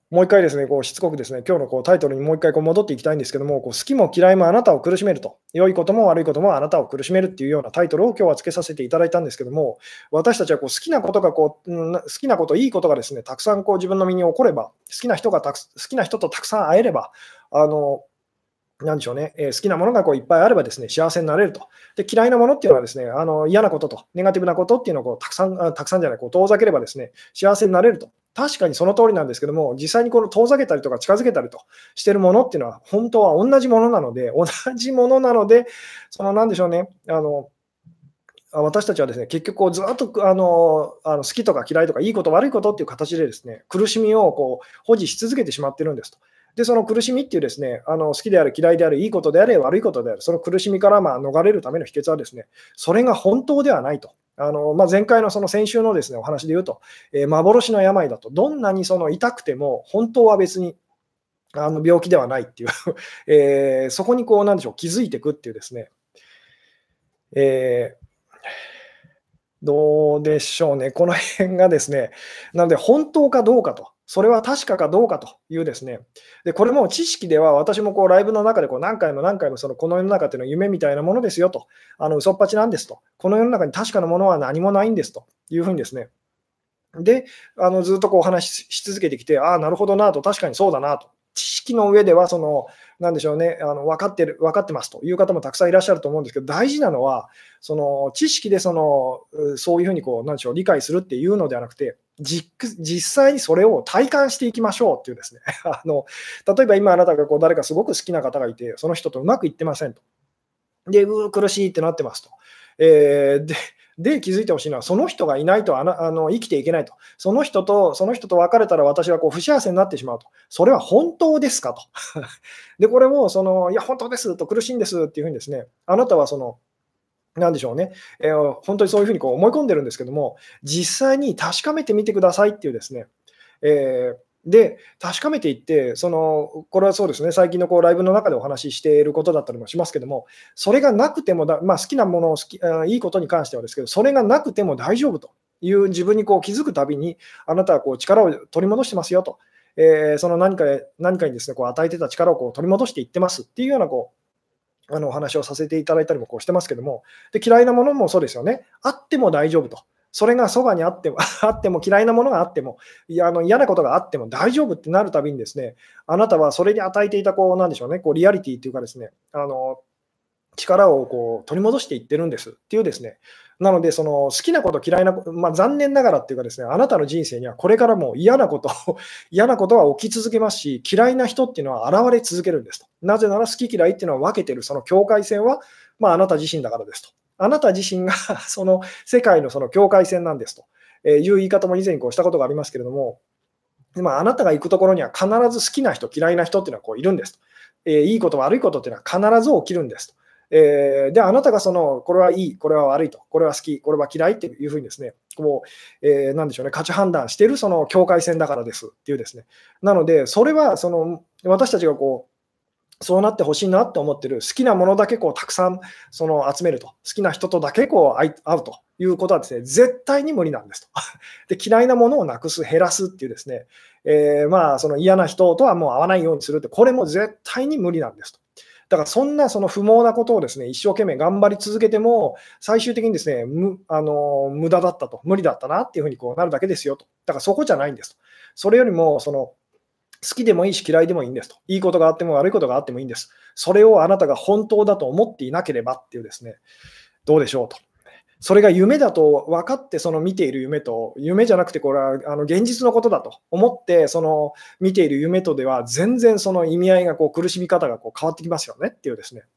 もう一回ですね、こうしつこくですね、今日のこうタイトルにもう一回こう戻っていきたいんですけども、こう好きも嫌いもあなたを苦しめると、良いことも悪いこともあなたを苦しめるっていうようなタイトルを今日はつけさせていただいたんですけども、私たちはこう好きなことがこう、うん好きなこと、いいことがですね、たくさんこう自分の身に起これば、好きな人がたく好きな人とたくさん会えれば、あのなんでしょうね、えー好きなものがこういっぱいあればですね、幸せになれると。で、嫌いなものっていうのはですね、あの嫌なことと、ネガティブなことっていうのをこうたくさん、あたくさんじゃない、こう遠ざければですね、幸せになれると。確かにその通りなんですけども、実際にこの遠ざけたりとか近づけたりとしているものっていうのは、本当は同じものなので、同じものなので、そのなんでしょうね、あのあ私たちはですね、結局こうずっとあのあの好きとか嫌いとかいいこと悪いことっていう形でですね、苦しみをこう保持し続けてしまってるんですと。で、その苦しみっていうですね、あの好きである嫌いであるいいことであれ悪いことである、その苦しみからまあ逃れるための秘訣はですね、それが本当ではないと。あのまあ、前回のその先週のですねお話で言うと、えー幻の病だと、どんなにその痛くても本当は別にあの病気ではないっていう、えーそこにこうなんでしょう気づいていくっていうですね、えーどうでしょうね、この辺がですね、なので本当かどうかと、それは確かかどうかというですね、でこれも知識では私もこうライブの中でこう何回も何回もそのこの世の中っていうのは夢みたいなものですよと、あの嘘っぱちなんですと、この世の中に確かなものは何もないんですというふうにですね、で、あのずっとこうお話しし続けてきて、ああ、なるほどなと、確かにそうだなと。知識の上では、その、なんでしょうね、あの分かってる、分かってますという方もたくさんいらっしゃると思うんですけど、大事なのは、その知識でその、うそういうふうにこう、なんでしょう、理解するっていうのではなくて、じっく実際にそれを体感していきましょうっていうですね、あの例えば今あなたがこう誰かすごく好きな方がいて、その人とうまくいってませんと。で、うー苦しいってなってますと。えーでで、気づいてほしいのは、その人がいないとあなあの生きていけないと。その人とその人と別れたら私はこう不幸せになってしまうと。それは本当ですかと。で、これもその、いや、本当ですと、苦しいんですっていうふうにですね、あなたはその、なんでしょうね、えー本当にそういうふうにこう思い込んでるんですけども、実際に確かめてみてくださいっていうですね、えーで、確かめていって、その、これはそうですね、最近のこうライブの中でお話ししていることだったりもしますけども、それがなくてもだ、まあ、好きなものを好きあ、いいことに関してはですけど、それがなくても大丈夫という自分にこう気づくたびに、あなたはこう力を取り戻してますよと、えーその何かへ何かにですね、こう与えてた力をこう取り戻していってますっていうようなこうあのお話をさせていただいたりもこうしてますけども、で嫌いなものもそうですよね。あっても大丈夫と。それがそばにあってもあっても嫌いなものがあっても、いやあの嫌なことがあっても大丈夫ってなるたびにですね、あなたはそれに与えていたこうなんでしょうね、こうリアリティというかですね、あの力をこう取り戻していってるんですっていうですね。なので、その好きなこと嫌いなこと、まあ、残念ながらっていうかですね、あなたの人生にはこれからも嫌なこと嫌なことは起き続けますし、嫌いな人っていうのは現れ続けるんですと。なぜなら好き嫌いっていうのは分けてるその境界線は、まあ、あなた自身だからですと。あなた自身がその世界のその境界線なんですと、えーいう言い方も以前にこうしたことがありますけれども、まあ、あなたが行くところには必ず好きな人、嫌いな人っていうのはこういるんですと。えーいいこと、悪いことっていうのは必ず起きるんですと。えーで、あなたがその、これはいい、これは悪いと、これは好き、これは嫌いっていうふうにですね、こう、えーなんでしょうね、価値判断しているその境界線だからですっていうですね。なので、それはその、私たちがこう、そうなってほしいなって思ってる、好きなものだけこうたくさんその集めると、好きな人とだけこう会い会うということはですね、絶対に無理なんですと。で、嫌いなものをなくす、減らすっていうですね、えーまあ、その嫌な人とはもう会わないようにするって、これも絶対に無理なんですと。だからそんなその不毛なことをですね、一生懸命頑張り続けても、最終的にですね、むあの無駄だったと、無理だったなっていうふうにこうなるだけですよと。だからそこじゃないんですと。それよりもその好きでもいいし嫌いでもいいんですと。いいことがあっても悪いことがあってもいいんです。それをあなたが本当だと思っていなければっていうですね、どうでしょうと。それが夢だと分かってその見ている夢と、夢じゃなくてこれはあの現実のことだと思ってその見ている夢とでは全然その意味合いがこう苦しみ方がこう変わってきますよねっていうですね。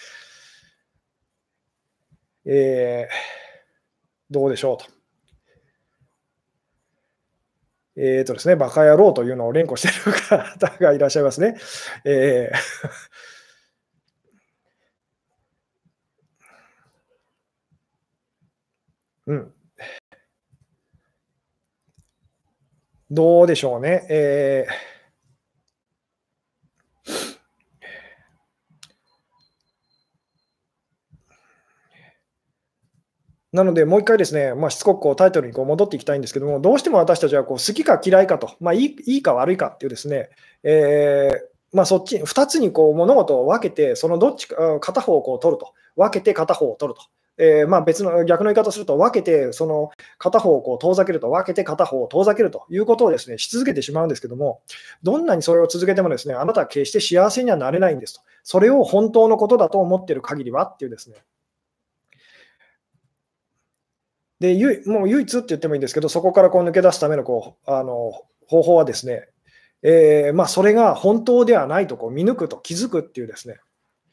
えーどうでしょうと。えーとですね、バカ野郎というのを連呼している方がいらっしゃいますね。えーうん、どうでしょうね。えーなので、もう一回ですね、まあ、しつこくこうタイトルにこう戻っていきたいんですけども、どうしても私たちはこう好きか嫌いかと、まあ、いいいいか悪いかっていうですね、えーまあ、そっちふたつにこう物事を分けて、そのどっちかあ片方をこう取ると、分けて片方を取ると。えーまあ、別の逆の言い方をすると、分けてその片方をこう遠ざけると、分けて片方を遠ざけるということをですね、し続けてしまうんですけども、どんなにそれを続けてもですね、あなたは決して幸せにはなれないんですと。それを本当のことだと思っている限りはっていうですね。で、ゆいもう唯一って言ってもいいんですけど、そこからこう抜け出すためのこう、あの、方法はですね、ええ、まあ、それが本当ではないとこう見抜くと気づくっていうですね。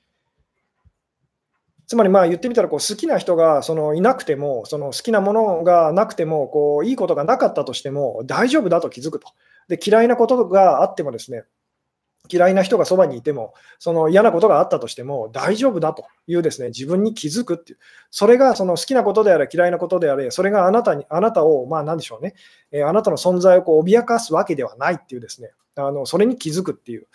つまりまあ言ってみたらこう好きな人がそのいなくても、その好きなものがなくても、こういいことがなかったとしても大丈夫だと気づくと。で、嫌いなことがあってもですね、嫌いな人がそばにいても、その嫌なことがあったとしても大丈夫だというですね、自分に気づくっていう。それがその好きなことであれ、嫌いなことであれ、それがあなたにあなたを、まあ、なんでしょうね、えーあなたの存在をこう脅かすわけではないっていうですね、あの、それに気づくっていう。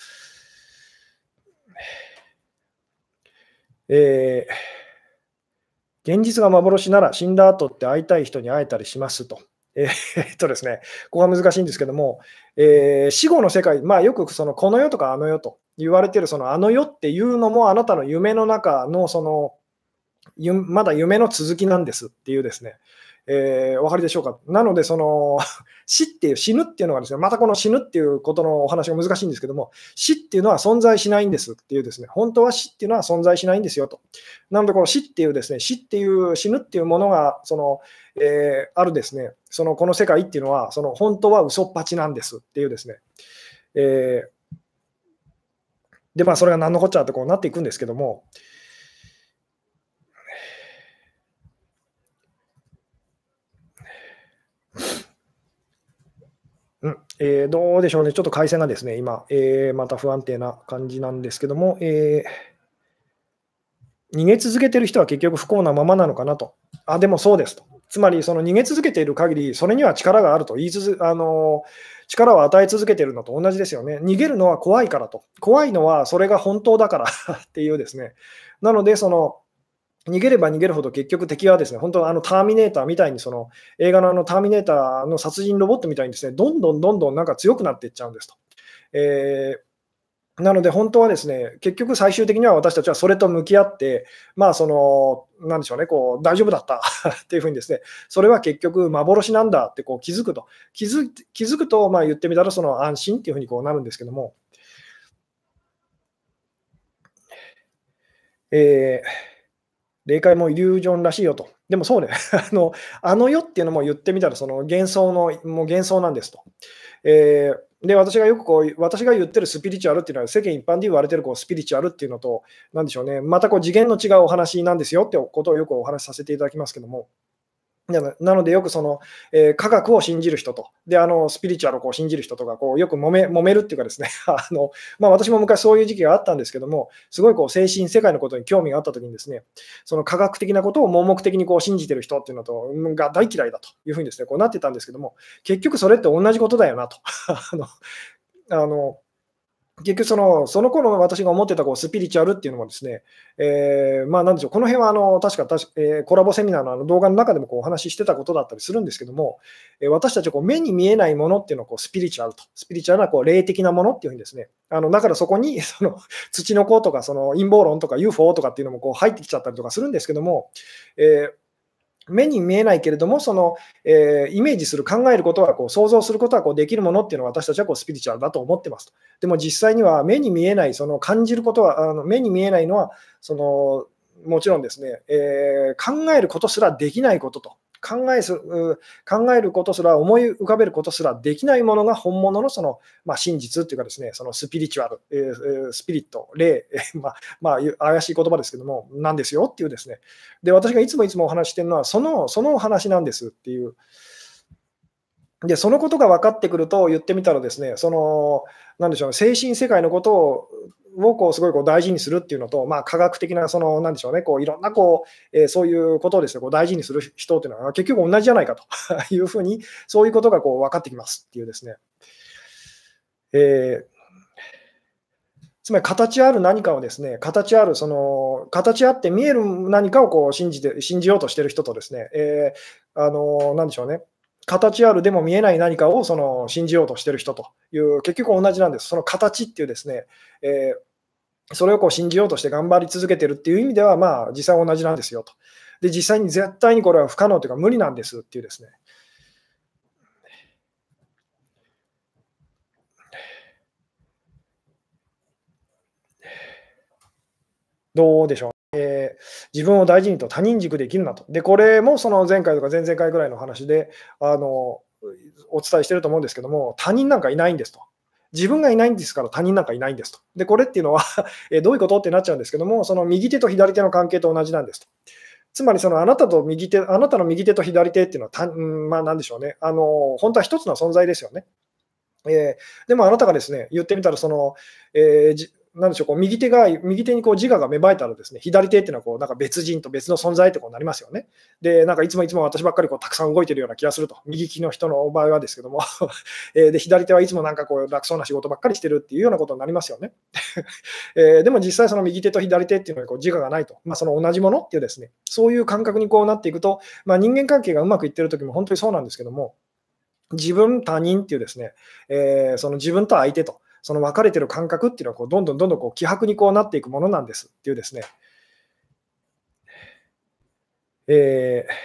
えー現実が幻なら死んだ後って会いたい人に会えたりしますと。えーっとですね、ここが難しいんですけども、えー死後の世界、まあ、よくそのこの世とかあの世と言われているそのあの世っていうのもあなたの夢の中のそのゆまだ夢の続きなんですっていうですね、えーお分かりでしょうか。なので、その死っていう、死ぬっていうのがですね、またこの死ぬっていうことのお話が難しいんですけども、死っていうのは存在しないんですっていうですね、本当は死っていうのは存在しないんですよと。なので、この死っていうですね、死っていう、死ぬっていうものが、その、えーあるですね、そのこの世界っていうのは、その本当は嘘っぱちなんですっていうですね、えーで、まあ、それが何のこっちゃってこうなっていくんですけども、うん、えーどうでしょうね、ちょっと回線がですね、今、えーまた不安定な感じなんですけども、えー逃げ続けてる人は結局不幸なままなのかなと。あ、でもそうですと。つまり、その逃げ続けている限り、それには力があると言いつつ、あの、力を与え続けているのと同じですよね。逃げるのは怖いからと。怖いのはそれが本当だからっていうですね。なので、その、逃げれば逃げるほど結局敵はですね、本当はあのターミネーターみたいにその映画のあのターミネーターの殺人ロボットみたいにですね、どんどんどんどんなんか強くなっていっちゃうんですと。えーなので本当はですね、結局最終的には私たちはそれと向き合って、まあ、その、なんでしょうね、こう大丈夫だったっていう風にですね、それは結局幻なんだってこう気づくと。気づ気づくと、まあ、言ってみたらその安心っていう風にこうなるんですけども、えー霊界もイリュージョンらしいよと。でもそうね、あのあの世っていうのも言ってみたらその幻想のもう幻想なんですと。えーで、私がよくこう、私が言ってるスピリチュアルっていうのは、世間一般で言われてるこうスピリチュアルっていうのと、なんでしょうね、またこう次元の違うお話なんですよってことをよくお話しさせていただきますけども、なのなのでよくその、えー科学を信じる人と、で、あの、スピリチュアルをこう信じる人とか、こうよく揉め揉めるっていうかですね、あの、まあ、私も昔そういう時期があったんですけども、すごいこう精神世界のことに興味があった時にですね、その科学的なことを盲目的にこう信じてる人っていうのと、うんが大嫌いだというふうにですね、こうなってたんですけども、結局それって同じことだよなと。あのあの結局その、その頃の私が思ってたこうスピリチュアルっていうのもですね、えーまあ、なんでしょう、この辺はあの確かたし、えーコラボセミナーのあの動画の中でもこうお話ししてたことだったりするんですけども、えー私たちはこう目に見えないものっていうのをこうスピリチュアルと、スピリチュアルなこう霊的なものっていうふうにですね、あのだからそこにその土の子とかその陰謀論とか ユーフォー とかっていうのもこう入ってきちゃったりとかするんですけども、えー目に見えないけれども、その、えーイメージする、考えることは、こう想像することはこうできるものっていうのは私たちはこうスピリチュアルだと思ってますと。でも実際には目に見えない、その感じることは、あの目に見えないのは、そのもちろんですね、えー考えることすらできないことと。考えすう考えることすら、思い浮かべることすらできないものが本物のその、まあ、真実っていうかですね、そのスピリチュアル、えーえースピリット、霊、えーまあまあ、いう怪しい言葉ですけども、なんですよっていうですね、で、私がいつもいつもお話ししてるのは、そのそのお話なんですっていう。で、そのことが分かってくると、言ってみたらですね、その、なんでしょうね、精神世界のことををこうすごいこう大事にするっていうのと、まあ、科学的なその、なんでしょうね、こういろんなこう、えーそういうことをですね、こう大事にする人っていうのは結局同じじゃないかというふうに、そういうことがこう分かってきますっていうですね。えーつまり形ある何かをですね、形あるその、形あって見える何かをこう信じて信じようとしている人とですね、えーあの、なんでしょうね、形あるでも見えない何かをその信じようとしている人という、結局同じなんです。その形っていうですね、えーそれをこう信じようとして頑張り続けてるっていう意味では、まあ、実際同じなんですよと。で、実際に絶対にこれは不可能というか無理なんですっていうですね。どうでしょう。えー自分を大事にと他人軸で生きるなと。で、これもその前回とか前々回ぐらいの話で、あの、お伝えしてると思うんですけども、他人なんかいないんですと。自分がいないんですから他人なんかいないんですと。で、これっていうのはえどういうことってなっちゃうんですけども、その右手と左手の関係と同じなんですと。つまりそのあなたと右手、あなたの右手と左手っていうのはた、うん、まあなんでしょうね。あの、本当は一つの存在ですよね。えーでもあなたがですね、言ってみたら、その、えーじなんでしょう、こう右手が右手にこう自我が芽生えたらですね、左手っていうのはこうなんか別人と別の存在ってこうなりますよね。で、なんかいつもいつも私ばっかりこうたくさん動いてるような気がすると。右利きの人の場合はですけども、えーで、左手はいつもなんかこう楽そうな仕事ばっかりしてるっていうようなことになりますよね。えーでも実際その右手と左手っていうのはこう自我がないと。まあ、その同じものっていうですね、そういう感覚にこうなっていくと、まあ、人間関係がうまくいってる時も本当にそうなんですけども、自分、他人っていうですね、えーその自分と相手と、その分かれてる感覚っていうのはこうどんどんどんどんこう希薄にこうなっていくものなんですっていうですね、えー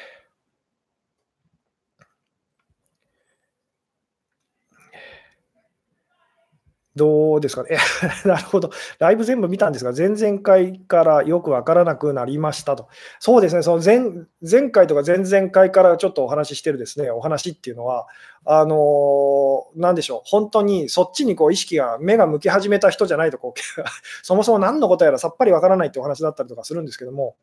どうですかね。なるほど。ライブ全部見たんですが、前々回からよくわからなくなりましたと。そうですね、その前前回とか前々回からちょっとお話ししてるですね、お話っていうのは、あの、なんでしょう、本当にそっちにこう意識が目が向き始めた人じゃないと、こう、そもそも何のことやらさっぱりわからないっていうお話だったりとかするんですけども、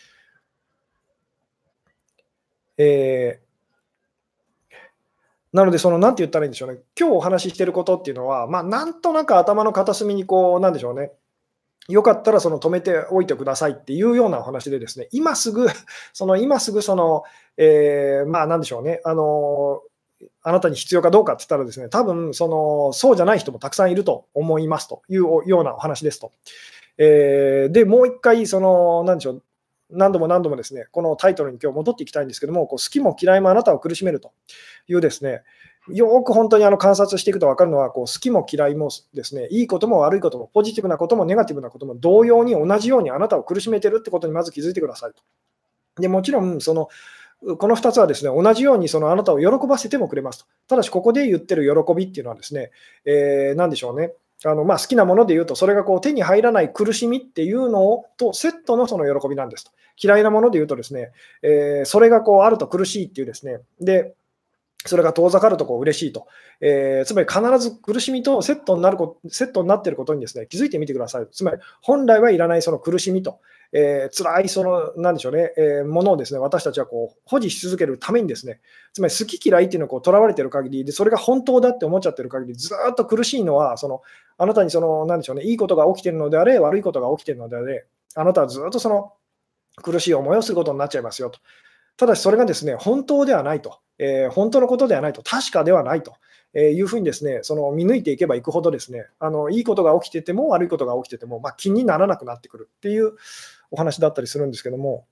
えーなので、その、なんて言ったらいいんでしょうね、今日お話ししてることっていうのは、まあ、なんとなく頭の片隅にこう、なんでしょうね、よかったらその止めておいてくださいっていうようなお話でですね、今すぐ、その今すぐその、えーまあ、なんでしょうね、あの、あなたに必要かどうかって言ったらですね、多分その、そうじゃない人もたくさんいると思いますというようなお話ですと。えーで、もう一回その、なんでしょう、何度も何度もですね、このタイトルに今日戻っていきたいんですけども、こう好きも嫌いもあなたを苦しめるというですね、よく本当にあの観察していくと分かるのは、こう好きも嫌いもですね、いいことも悪いことも、ポジティブなこともネガティブなことも同様に同じようにあなたを苦しめてるってことにまず気づいてくださいと。でもちろんその、このふたつはですね、同じようにそのあなたを喜ばせてもくれますと。ただし、ここで言ってる喜びっていうのはですね、えー、なんでしょうね。あのまあ、好きなもので言うと、それがこう手に入らない苦しみっていうのをとセットのその喜びなんですと。嫌いなもので言うとですね、えーそれがこうあると苦しいっていうですね、で、それが遠ざかるとこう嬉しいと、えーつまり必ず苦しみとセットになるこセットになっていることにですね気づいてみてください。つまり本来はいらないその苦しみと、えー、辛いそのなんでしょうね、えーものをですね私たちはこう保持し続けるためにですね、つまり好き嫌いっていうのをこう囚われている限りで、それが本当だって思っちゃってる限り、ずーっと苦しいのはそのあなたにそのなんでしょうね、いいことが起きているのであれ、悪いことが起きているのであれ、あなたはずーっとその苦しい思いをすることになっちゃいますよと。ただしそれがですね、本当ではないと、えー本当のことではないと、確かではないと、えーいうふうにですね、その見抜いていけばいくほどですね、あのいいことが起きてても悪いことが起きてても、まあ、気にならなくなってくるっていうお話だったりするんですけども、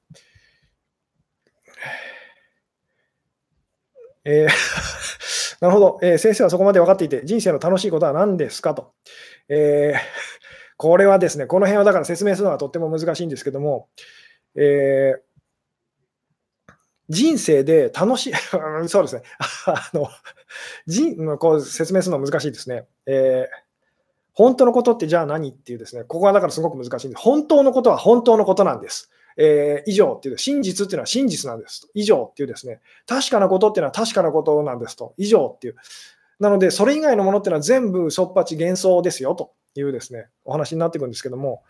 えーなるほど、えー先生はそこまで分かっていて、人生の楽しいことは何ですかと。えーこれはですね、この辺はだから説明するのはとっても難しいんですけども、えー人生で楽しいそうですね。あの、じんこう説明するのは難しいですね。えー本当のことってじゃあ何っていうですね、ここはだからすごく難しいんです。本当のことは本当のことなんです。えー以上っていう、真実っていうのは真実なんですと。以上っていうですね、確かなことっていうのは確かなことなんですと。以上っていう。なので、それ以外のものっていうのは全部そっぱち幻想ですよというですね、お話になっていくんですけども、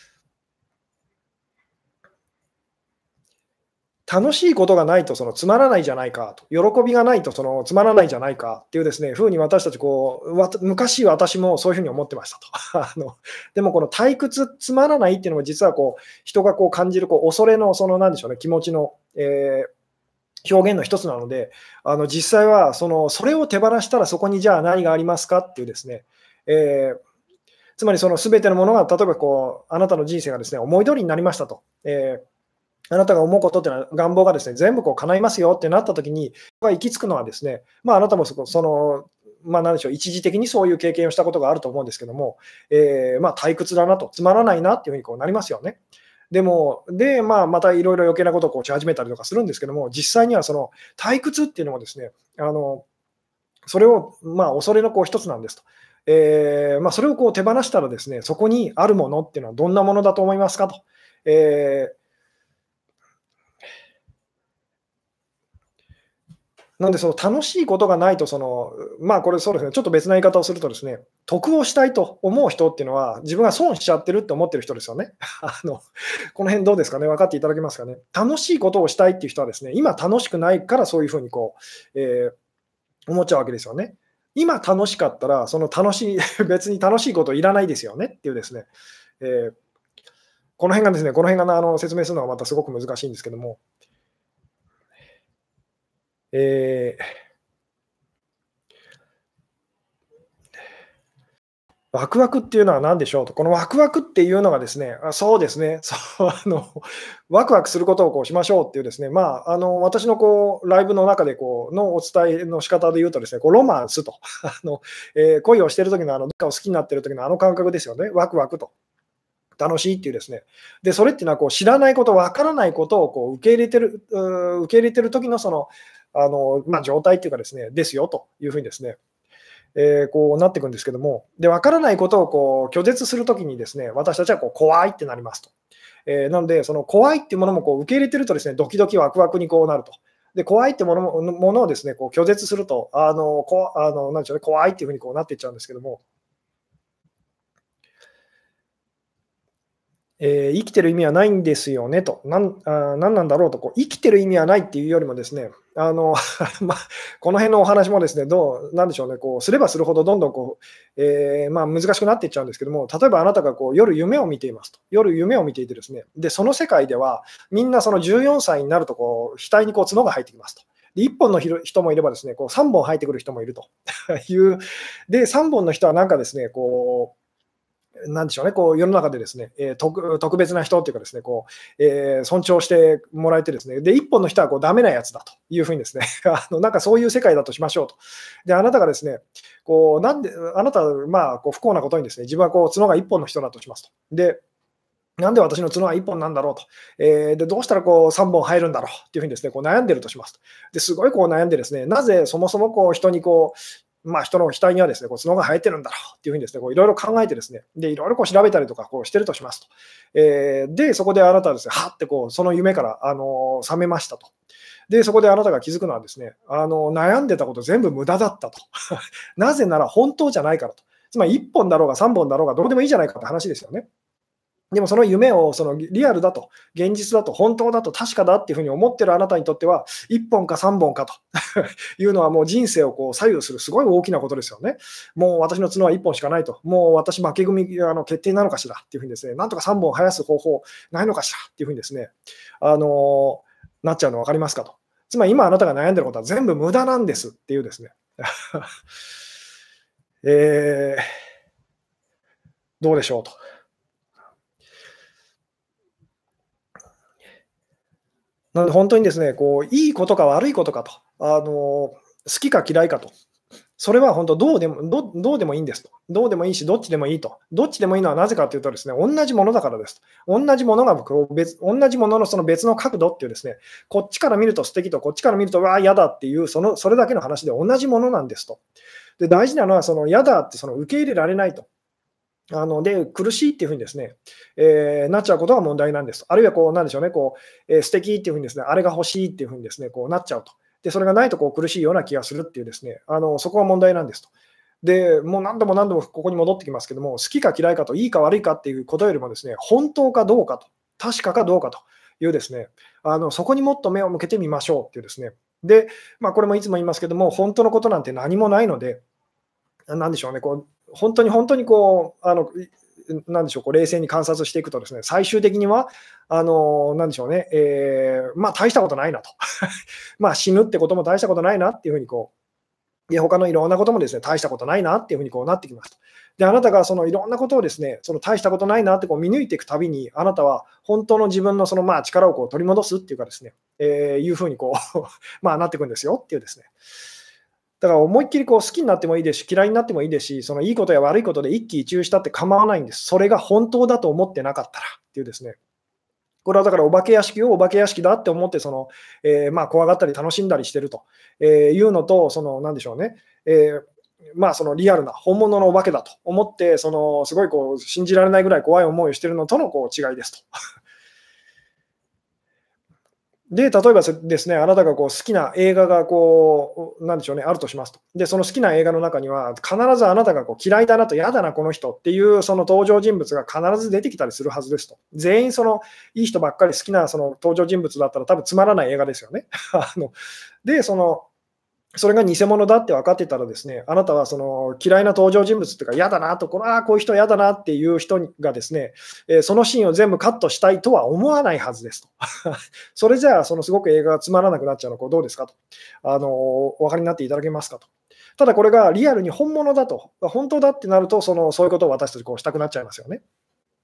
楽しいことがないとそのつまらないじゃないかと、喜びがないとそのつまらないじゃないかっていうですね、風に私たちこう、わた昔私もそういう風に思ってましたと。あの、でもこの退屈、つまらないっていうのも実はこう、人がこう感じるこう恐れのそのなんでしょうね、気持ちの、えー表現の一つなので、あの実際はそのそれを手放したらそこにじゃあ何がありますかっていうですね、えーつまりその全てのものが、例えばこう、あなたの人生がですね、思い通りになりましたと。えーあなたが思うことっていうのは、願望がですね、全部こう叶いますよってなった時に、行き着くのはですね、まあ、あなたもそこその、まあ、なんでしょう、一時的にそういう経験をしたことがあると思うんですけども、えーまあ、退屈だなと、つまらないなっていうふうにこうなりますよね。でも、で、まあ、またいろいろ余計なことをこうし始めたりとかするんですけども、実際にはその退屈っていうのもですね、あの、それを、まあ、恐れのこう一つなんですと。えーまあ、それをこう手放したらですね、そこにあるものっていうのはどんなものだと思いますかと。えーなんで、その楽しいことがないと、その、まあ、これそうですね、ちょっと別な言い方をするとですね、得をしたいと思う人っていうのは、自分が損しちゃってるって思ってる人ですよね。あの、この辺どうですかね、分かっていただけますかね。楽しいことをしたいっていう人はですね、今楽しくないからそういうふうにこう、えー思っちゃうわけですよね。今楽しかったら、その楽しい別に楽しいこといらないですよねっていうですね、えーこの辺がですね、この辺があの説明するのがまたすごく難しいんですけども、えーワクワクっていうのは何でしょうと、このワクワクっていうのがですね、あ、そうですね、そう、あの、ワクワクすることをこうしましょうっていうですね、まあ、あの、私のこう、ライブの中でこうのお伝えの仕方で言うとですね、こうロマンスと、あの、えー恋をしてる時のあの、どっかを好きになってる時のあの感覚ですよね。ワクワクと。楽しいっていうですね。で、それっていうのはこう知らないこと、わからないことをこう受け入れてる、うー受け入れてる時のその、あの、まあ、状態っていうかですね、ですよというふうにですね、えーこうなっていくんですけども、で、わからないことをこう拒絶するときにですね、私たちはこう怖いってなりますと。えーなので、その怖いっていうものもこう受け入れてるとですね、ドキドキワクワクにこうなると。で、怖いってものもものをですね、こう拒絶すると、あの、こあのなんでしょうね、怖いっていうふうにこうなっていっちゃうんですけども、えー生きてる意味はないんですよねと、なんあーなんなんだろうとこう、生きてる意味はないっていうよりもですね、あのまあ、この辺のお話もですね、どうなんでしょうね、こうすればするほどどんどんこう、えーまあ、難しくなっていっちゃうんですけども、例えばあなたがこう夜夢を見ていますと、夜夢を見ていてですね、でその世界ではみんなそのじゅうよんさいになるとこう額にこう角が生えてきますと。でいっぽんの人もいればですね、こうさんぼん生えてくる人もいるという、でさんぼんの人はなんかですね、こうなんでしょうね、こう世の中でですね、えー特特別な人っていうかですね、こう、えー尊重してもらえてですね、で、一本の人はこうダメなやつだというふうにですね、あのなんかそういう世界だとしましょうと。で、あなたがですね、こうなんで、あなたはまあこう不幸なことにですね、自分はこう角が一本の人だとしますと。で、なんで私の角はいっぽんなんだろうと。えーで、どうしたらこうさんぼん入るんだろうっていうふうにですね、こう悩んでるとしますと。で、すごいこう悩んでですね、なぜそもそもこう人にこう、まあ、人の額にはですね、こう角が生えてるんだろうっていうふうにですね、こういろいろ考えてですね、で、いろいろこう調べたりとかこうしてるとしますと。えーで、そこであなたはですね、はってこう、その夢から、あの、覚めましたと。で、そこであなたが気づくのはですね、あの、悩んでたこと全部無駄だったと。なぜなら本当じゃないからと。つまりいっぽんだろうがさんぼんだろうがどうでもいいじゃないかって話ですよね。でもその夢をそのリアルだと、現実だと、本当だと、確かだっていうふうに思ってるあなたにとっては、いっぽんかさんぼんかというのはもう人生をこう左右するすごい大きなことですよね。もう私の角はいっぽんしかないと、もう私負け組あの決定なのかしらっていうふうにですね、なんとかさんぼん生やす方法ないのかしらっていうふうにですね、あのなっちゃうの分かりますかと。つまり今あなたが悩んでることは全部無駄なんですっていうですね。えー、どうでしょうと。なので本当にですね、こういいことか悪いことかと、あの、好きか嫌いかと、それは本当どうでもどどうでもいいんですと。どうでもいいし、どっちでもいいと。どっちでもいいのはなぜかというとですね、同じものだからですと。同じものがこう別同じもののその別の角度っていうですね、こっちから見ると素敵と、こっちから見ると、わあ、嫌だっていう、そのそれだけの話で同じものなんですと。で、大事なのはその嫌だってその受け入れられないと。あので、苦しいっていうふうにですね、えーなっちゃうことが問題なんです。あるいはこう、なんでしょうね、こう、えー素敵っていうふうにですね、あれが欲しいっていうふうにですね、こうなっちゃうと。で、それがないとこう苦しいような気がするっていうですね、あのそこが問題なんですと。で、もう何度も何度もここに戻ってきますけども、好きか嫌いかと、いいか悪いかっていうことよりもですね、本当かどうかと、確かかどうかというですね、あのそこにもっと目を向けてみましょうっていうですね。で、まあ、これもいつも言いますけども、本当のことなんて何もないので、なんでしょうね、こう本当に本当にこう、あのいなんでしょう、こう冷静に観察していくとですね、最終的には、あのなんでしょうね、えーまあ、大したことないなと。まあ、死ぬってことも大したことないなっていうふうにこう、で他のいろんなこともですね、大したことないなっていうふうにこうなってきますと。 で、あなたがそのいろんなことをですね、その大したことないなってこう見抜いていくたびに、あなたは本当の自分のそのまあ力をこう取り戻すっていうかですね、えーいうふうにこうまあなっていくんですよっていうですね。だから思いっきりこう好きになってもいいですし、嫌いになってもいいですし、そのいいことや悪いことで一喜一憂したって構わないんです。それが本当だと思ってなかったらっていうですね。これはだからお化け屋敷をお化け屋敷だって思ってその、えーまあ怖がったり楽しんだりしてると、えーいうのと、そのなんでしょうね、えーまあそのリアルな本物のお化けだと思って、そのすごいこう信じられないぐらい怖い思いをしているのとのこう違いですと。で、例えばせですね、あなたがこう好きな映画がこう、なんでしょうね、あるとしますと。で、その好きな映画の中には、必ずあなたがこう嫌いだなと、嫌だな、この人っていうその登場人物が必ず出てきたりするはずですと。全員そのいい人ばっかり好きなその登場人物だったら多分つまらない映画ですよね。あので、そのそれが偽物だって分かってたらですね、あなたはその嫌いな登場人物っていうか、嫌だなと、これはこういう人嫌だなっていう人がですね、えーそのシーンを全部カットしたいとは思わないはずですと。それじゃあ、そのすごく映画がつまらなくなっちゃうの、こうどうですかと。あのお分かりになっていただけますかと。ただこれがリアルに本物だと、本当だってなると、そのそういうことを私たちこうしたくなっちゃいますよね。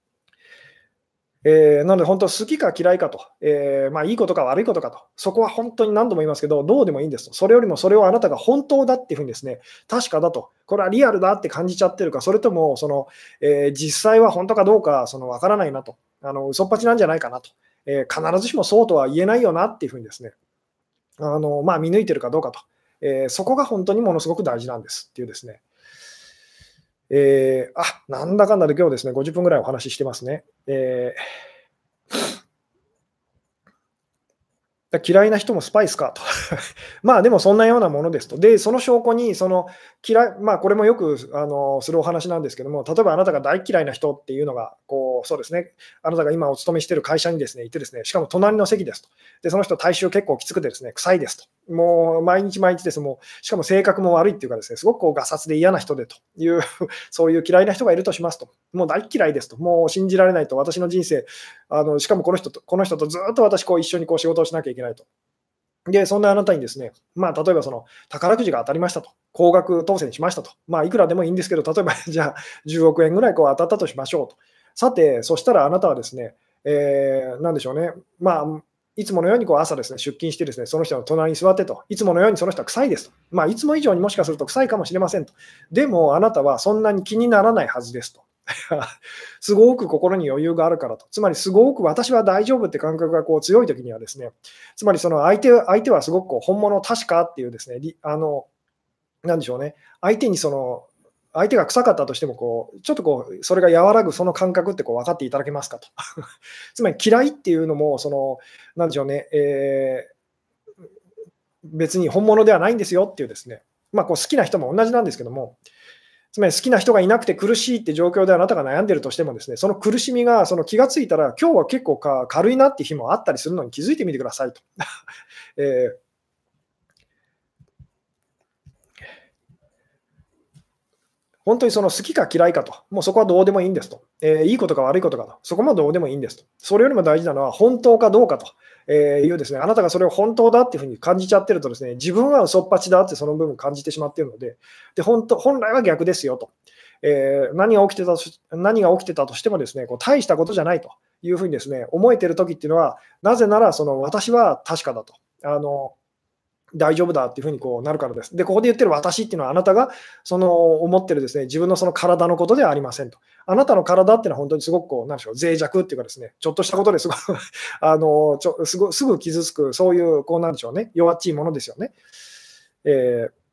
えーなので本当好きか嫌いかと、えーまあ、いいことか悪いことかと、そこは本当に何度も言いますけど、どうでもいいんですと。それよりもそれをあなたが本当だっていうふうにですね、確かだと、これはリアルだって感じちゃってるか、それともその、えー実際は本当かどうかその分からないなと、あの嘘っぱちなんじゃないかなと、えー必ずしもそうとは言えないよなっていうふうにですね、あのまあ、見抜いてるかどうかと、えーそこが本当にものすごく大事なんですっていうですね。えーあ、なんだかんだで今日ですね、ごじゅっぷんぐらいお話ししてますね。えーだ嫌いな人もスパイスかと。まあでもそんなようなものですと。で、その証拠に、その嫌い、まあこれもよくあのするお話なんですけども、例えばあなたが大嫌いな人っていうのが、こうそうですね、あなたが今お勤めしている会社にですねいてですね、しかも隣の席ですと。で、その人、体臭結構きつくてですね、臭いですと。もう毎日毎日です、もう、しかも性格も悪いっていうかですね、すごくこうガサツで嫌な人でという、そういう嫌いな人がいるとしますと。もう大嫌いですと。もう信じられないと、私の人生、あのしかもこの人とこの人とずっと私こう一緒にこう仕事をしなきゃいけないと。で、そんなあなたにですね、まあ、例えばその宝くじが当たりましたと、高額当選しましたと、まあ、いくらでもいいんですけど、例えばじゃあじゅうおく円ぐらいこう当たったとしましょうと。さて、そしたらあなたはですね、えー、なんでしょうね、まあ、いつものようにこう朝ですね、出勤してですね、その人の隣に座ってと、いつものようにその人は臭いですと。まあ、いつも以上にもしかすると臭いかもしれませんと。でも、あなたはそんなに気にならないはずですと。すごく心に余裕があるからと。つまり、すごく私は大丈夫って感覚がこう強いときにはですね、つまりその相手相手はすごくこう本物確かっていうですね、りあの、なんでしょうね、相手にその、相手が臭かったとしてもこう、ちょっとこう、それが和らぐその感覚ってこう分かっていただけますかと。つまり嫌いっていうのも、その、なんでしょうね、えー別に本物ではないんですよっていうですね、まあ、こう好きな人も同じなんですけども、つまり好きな人がいなくて苦しいって状況であなたが悩んでるとしてもですね、その苦しみがその気がついたら、今日は結構か軽いなっていう日もあったりするのに気づいてみてくださいと。えー本当にその好きか嫌いかと、もうそこはどうでもいいんですと。えーいいことか悪いことかと、そこもどうでもいいんですと。それよりも大事なのは本当かどうかと、えーいうですね、あなたがそれを本当だっていうふうに感じちゃってるとですね、自分は嘘っぱちだってその部分感じてしまっているので、で本当本来は逆ですよと。えー何が起きてたとし何が起きてたとしてもですね、こう大したことじゃないというふうにですね、思えている時っていうのは、なぜならその私は確かだと。あの大丈夫だっていうふうにこうなるからです。で、ここで言ってる私っていうのは、あなたがその思ってるですね、自分のその体のことではありませんと。あなたの体っていうのは本当にすごくこう、なんでしょう、脆弱っていうかですね、ちょっとしたことですごくあのちょすごすぐ傷つく、そういうこうなんでしょうね、弱っちいものですよね。えー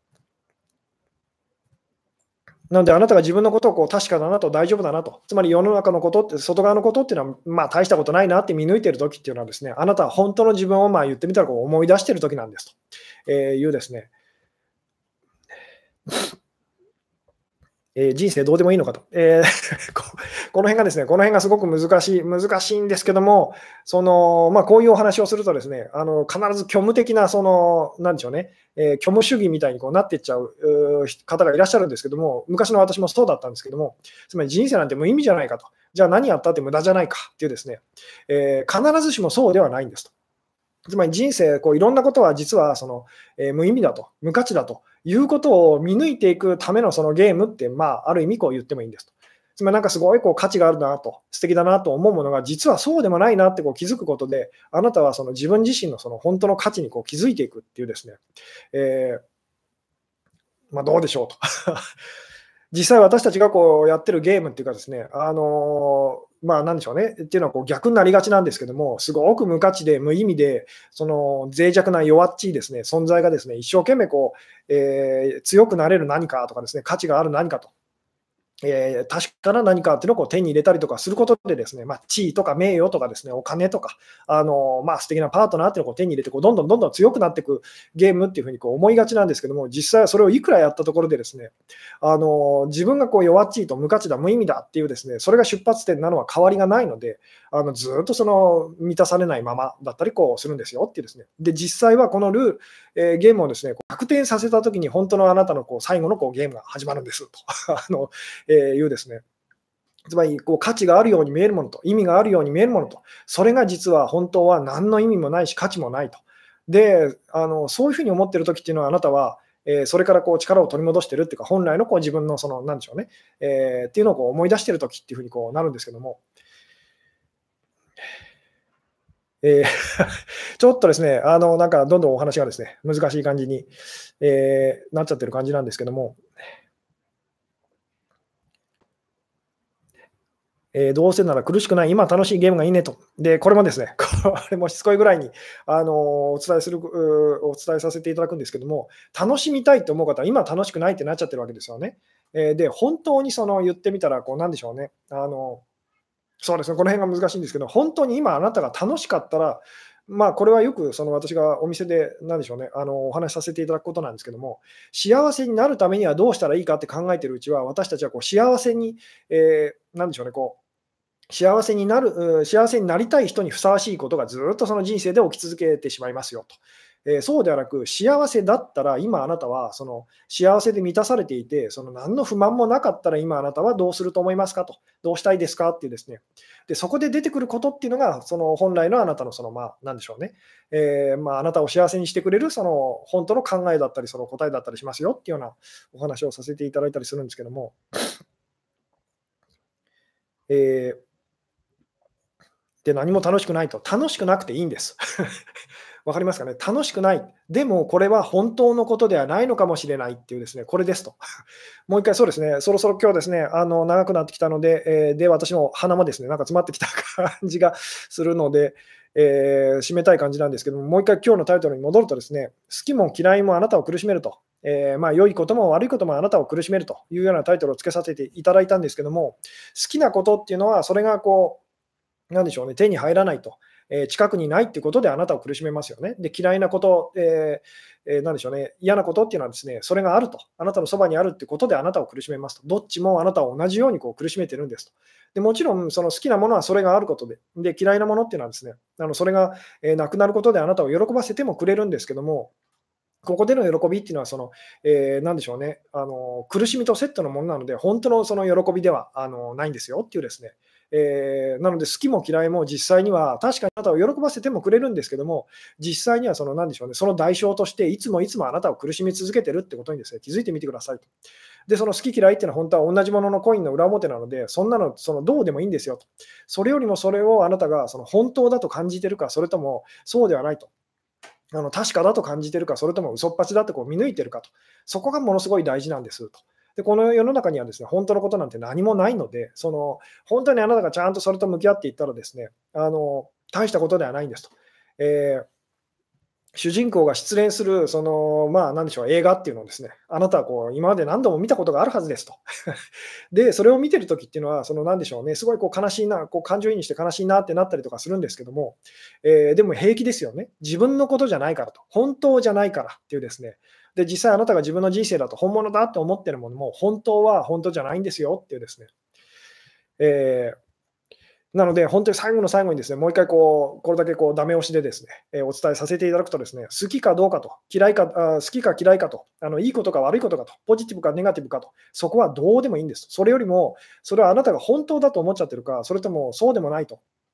なので、あなたが自分のことをこう確かだなと、大丈夫だなと、つまり世の中のことって、外側のことっていうのは、まあ、大したことないなって見抜いているときっていうのはですね、あなたは本当の自分をまあ言ってみたらこう思い出しているときなんですと、えーいうですね、えー人生どうでもいいのかと。えーここの辺がですね、この辺がすごく難しい難しいんですけども、その、まあ、こういうお話をするとですね、あの、必ず虚無的なその、なんでしょうね、えー虚無主義みたいにこうなっていっちゃう、うー方がいらっしゃるんですけども、昔の私もそうだったんですけども、つまり人生なんて無意味じゃないかと。じゃあ何やったって無駄じゃないかっていうですね、えー必ずしもそうではないんですと。つまり人生、こういろんなことは実はその、えー無意味だと、無価値だということを見抜いていくためのそのゲームって、まあ、ある意味こう言ってもいいんですと。つまりなんかすごいこう価値があるなと、素敵だなと思うものが、実はそうでもないなってこう気づくことで、あなたはその自分自身のその本当の価値にこう気づいていくっていうですね、えーまあ、どうでしょうと。実際私たちがこうやってるゲームっていうかですね、あの、まあ、なんでしょうね、っていうのはこう逆になりがちなんですけども、すごく無価値で無意味で、その脆弱な弱っちいですね、存在がですね、一生懸命こう、えー強くなれる何かとかですね、価値がある何かとえー確かな何かっていうのをこう手に入れたりとかすることでですね、まあ、地位とか名誉とかですね、お金とか、あの、まあ、素敵なパートナーっていうのをこう手に入れて、こうどんどんどんどん強くなっていくゲームっていうふうにこう思いがちなんですけども、実際はそれをいくらやったところでですね、あの、自分がこう弱っちいと無価値だ、無意味だっていうですね、それが出発点なのは変わりがないので、あの、ずっとその満たされないままだったりこうするんですよっていうですね。で、実際はこのルール、えーゲームをですね、こう逆転させたときに本当のあなたのこう最後のこうゲームが始まるんですと。あの、えーいうですね。つまりこう価値があるように見えるものと、意味があるように見えるものと、それが実は本当は何の意味もないし、価値もないと。で、あのそういうふうに思っているときっていうのは、あなたは、えーそれからこう力を取り戻しているっていうか、本来のこう自分のその、なんでしょうね、えーっていうのをこう思い出しているときっていうふうにこうなるんですけども、えーちょっとですね、あのなんかどんどんお話がですね、難しい感じに、えーなっちゃってる感じなんですけども、えーどうせなら苦しくない、今楽しいゲームがいいねと。で、これもですね、これもしつこいぐらいに、あの、お伝えするうお伝えさせていただくんですけども、楽しみたいと思う方は今楽しくないってなっちゃってるわけですよね。えーで、本当にその言ってみたら、こうなんでしょうね、あの、そうですね、この辺が難しいんですけど、本当に今あなたが楽しかったら、まあ、これはよくその私がお店で、なんでしょうね、あの、お話しさせていただくことなんですけども、幸せになるためにはどうしたらいいかって考えているうちは、私たちはこう幸せに、えーなんでしょうね、こう幸せになる、う幸せになりたい人にふさわしいことがずっとその人生で起き続けてしまいますよと。えーそうではなく、幸せだったら、今あなたはその幸せで満たされていて、その何の不満もなかったら、今あなたはどうすると思いますかと、どうしたいですかっていうですね。で、そこで出てくることっていうのが、その本来のあなたのその、まあ、なんでしょうね。えーまあ、あなたを幸せにしてくれる、その本当の考えだったり、その答えだったりしますよっていうようなお話をさせていただいたりするんですけども、えーで、何も楽しくないと。楽しくなくていいんです。わかりますかね。楽しくない。でも、これは本当のことではないのかもしれないっていうですね、これですと。もう一回そうですね、そろそろ今日ですね、あの、長くなってきたので、えーで、私の鼻もですね、なんか詰まってきた感じがするので、えー締めたい感じなんですけども、もう一回今日のタイトルに戻るとですね、好きも嫌いもあなたを苦しめると。えーまあ、良いことも悪いこともあなたを苦しめるというようなタイトルをつけさせていただいたんですけども、好きなことっていうのは、それがこう、なんでしょうね、手に入らないと、えー近くにないっていうことであなたを苦しめますよね。で、嫌いなこと、えーえーなんでしょうね、嫌なことっていうのはですね、それがあると、あなたのそばにあるってことであなたを苦しめますと。どっちもあなたを同じようにこう苦しめてるんですと。で、もちろんその好きなものはそれがあることで、で、嫌いなものっていうのはですね、あのそれが、えーなくなることであなたを喜ばせてもくれるんですけども、ここでの喜びっていうのは、その、えーなんでしょうね、あの、苦しみとセットのものなので、本当のその喜びでは、あの、ないんですよっていうですね。えーなので好きも嫌いも実際には、確かにあなたを喜ばせてもくれるんですけども、実際にはその、なんでしょうね、その代償として、いつもいつもあなたを苦しみ続けてるってことにですね、気づいてみてくださいと。で、その好き嫌いっていうのは本当は同じもののコインの裏表なので、そんなの、その、どうでもいいんですよと。それよりもそれをあなたがその本当だと感じてるか、それともそうではないと。あの確かだと感じてるか、それとも嘘っぱちだとこう見抜いてるかと、そこがものすごい大事なんですと。で、この世の中にはですね、本当のことなんて何もないので、その本当にあなたがちゃんとそれと向き合っていったらですね、あの大したことではないんですと。えー主人公が失恋する、その、まあ、なんでしょう、映画っていうのをですね、あなたはこう今まで何度も見たことがあるはずですと。で、それを見てるときっていうのは、そのなんでしょうね、すごいこう悲しいな、こう感情移入して悲しいなってなったりとかするんですけども、えーでも平気ですよね。自分のことじゃないからと、本当じゃないからっていうですね。で、実際あなたが自分の人生だと本物だって思ってるものも、本当は本当じゃないんですよっていうですね。えーなので、本当に最後の最後にですね、もう一回こう、これだけこうダメ押しでですね、えーお伝えさせていただくとですね、好きかどうかと、嫌いか、あ好きか嫌いかと、あのいいことか悪いことかと、ポジティブかネガティブかと、そこはどうでもいいんです。それよりも、それはあなたが本当だと思っちゃってるか、それともそうでもないと。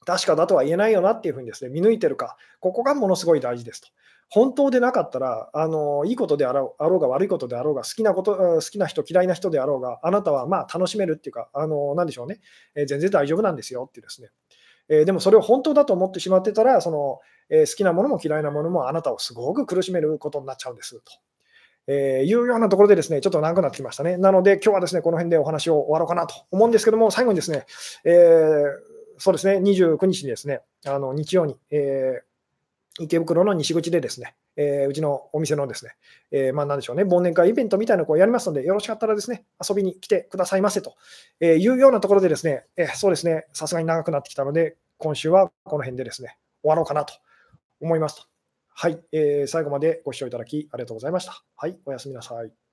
確かだとは言えないよなっていうふうにですね、見抜いてるか、ここがものすごい大事ですと。本当でなかったら、あの、いいことであろうあろうが悪いことであろうが、好きなこと、うん好きな人、嫌いな人であろうが、あなたはまあ楽しめるっていうか、あの、なんでしょうね、え、全然大丈夫なんですよっていうですね。え、でもそれを本当だと思ってしまってたら、その、え、好きなものも嫌いなものもあなたをすごく苦しめることになっちゃうんですと。えーいうようなところでですね、ちょっと長くなってきましたね。なので、今日はですね、この辺でお話を終わろうかなと思うんですけども、最後にですね、えーそうですね、にじゅうくにちにですね、あの、日曜に、えー池袋の西口でですね、えーうちのお店のですね、えーまあ、なんでしょうね、忘年会イベントみたいなのをこうやりますので、よろしかったらですね、遊びに来てくださいませと、えーいうようなところでですね、えーそうですね、さすがに長くなってきたので、今週はこの辺でですね、終わろうかなと思いますと。はい、えー最後までご視聴いただきありがとうございました。はい、おやすみなさい。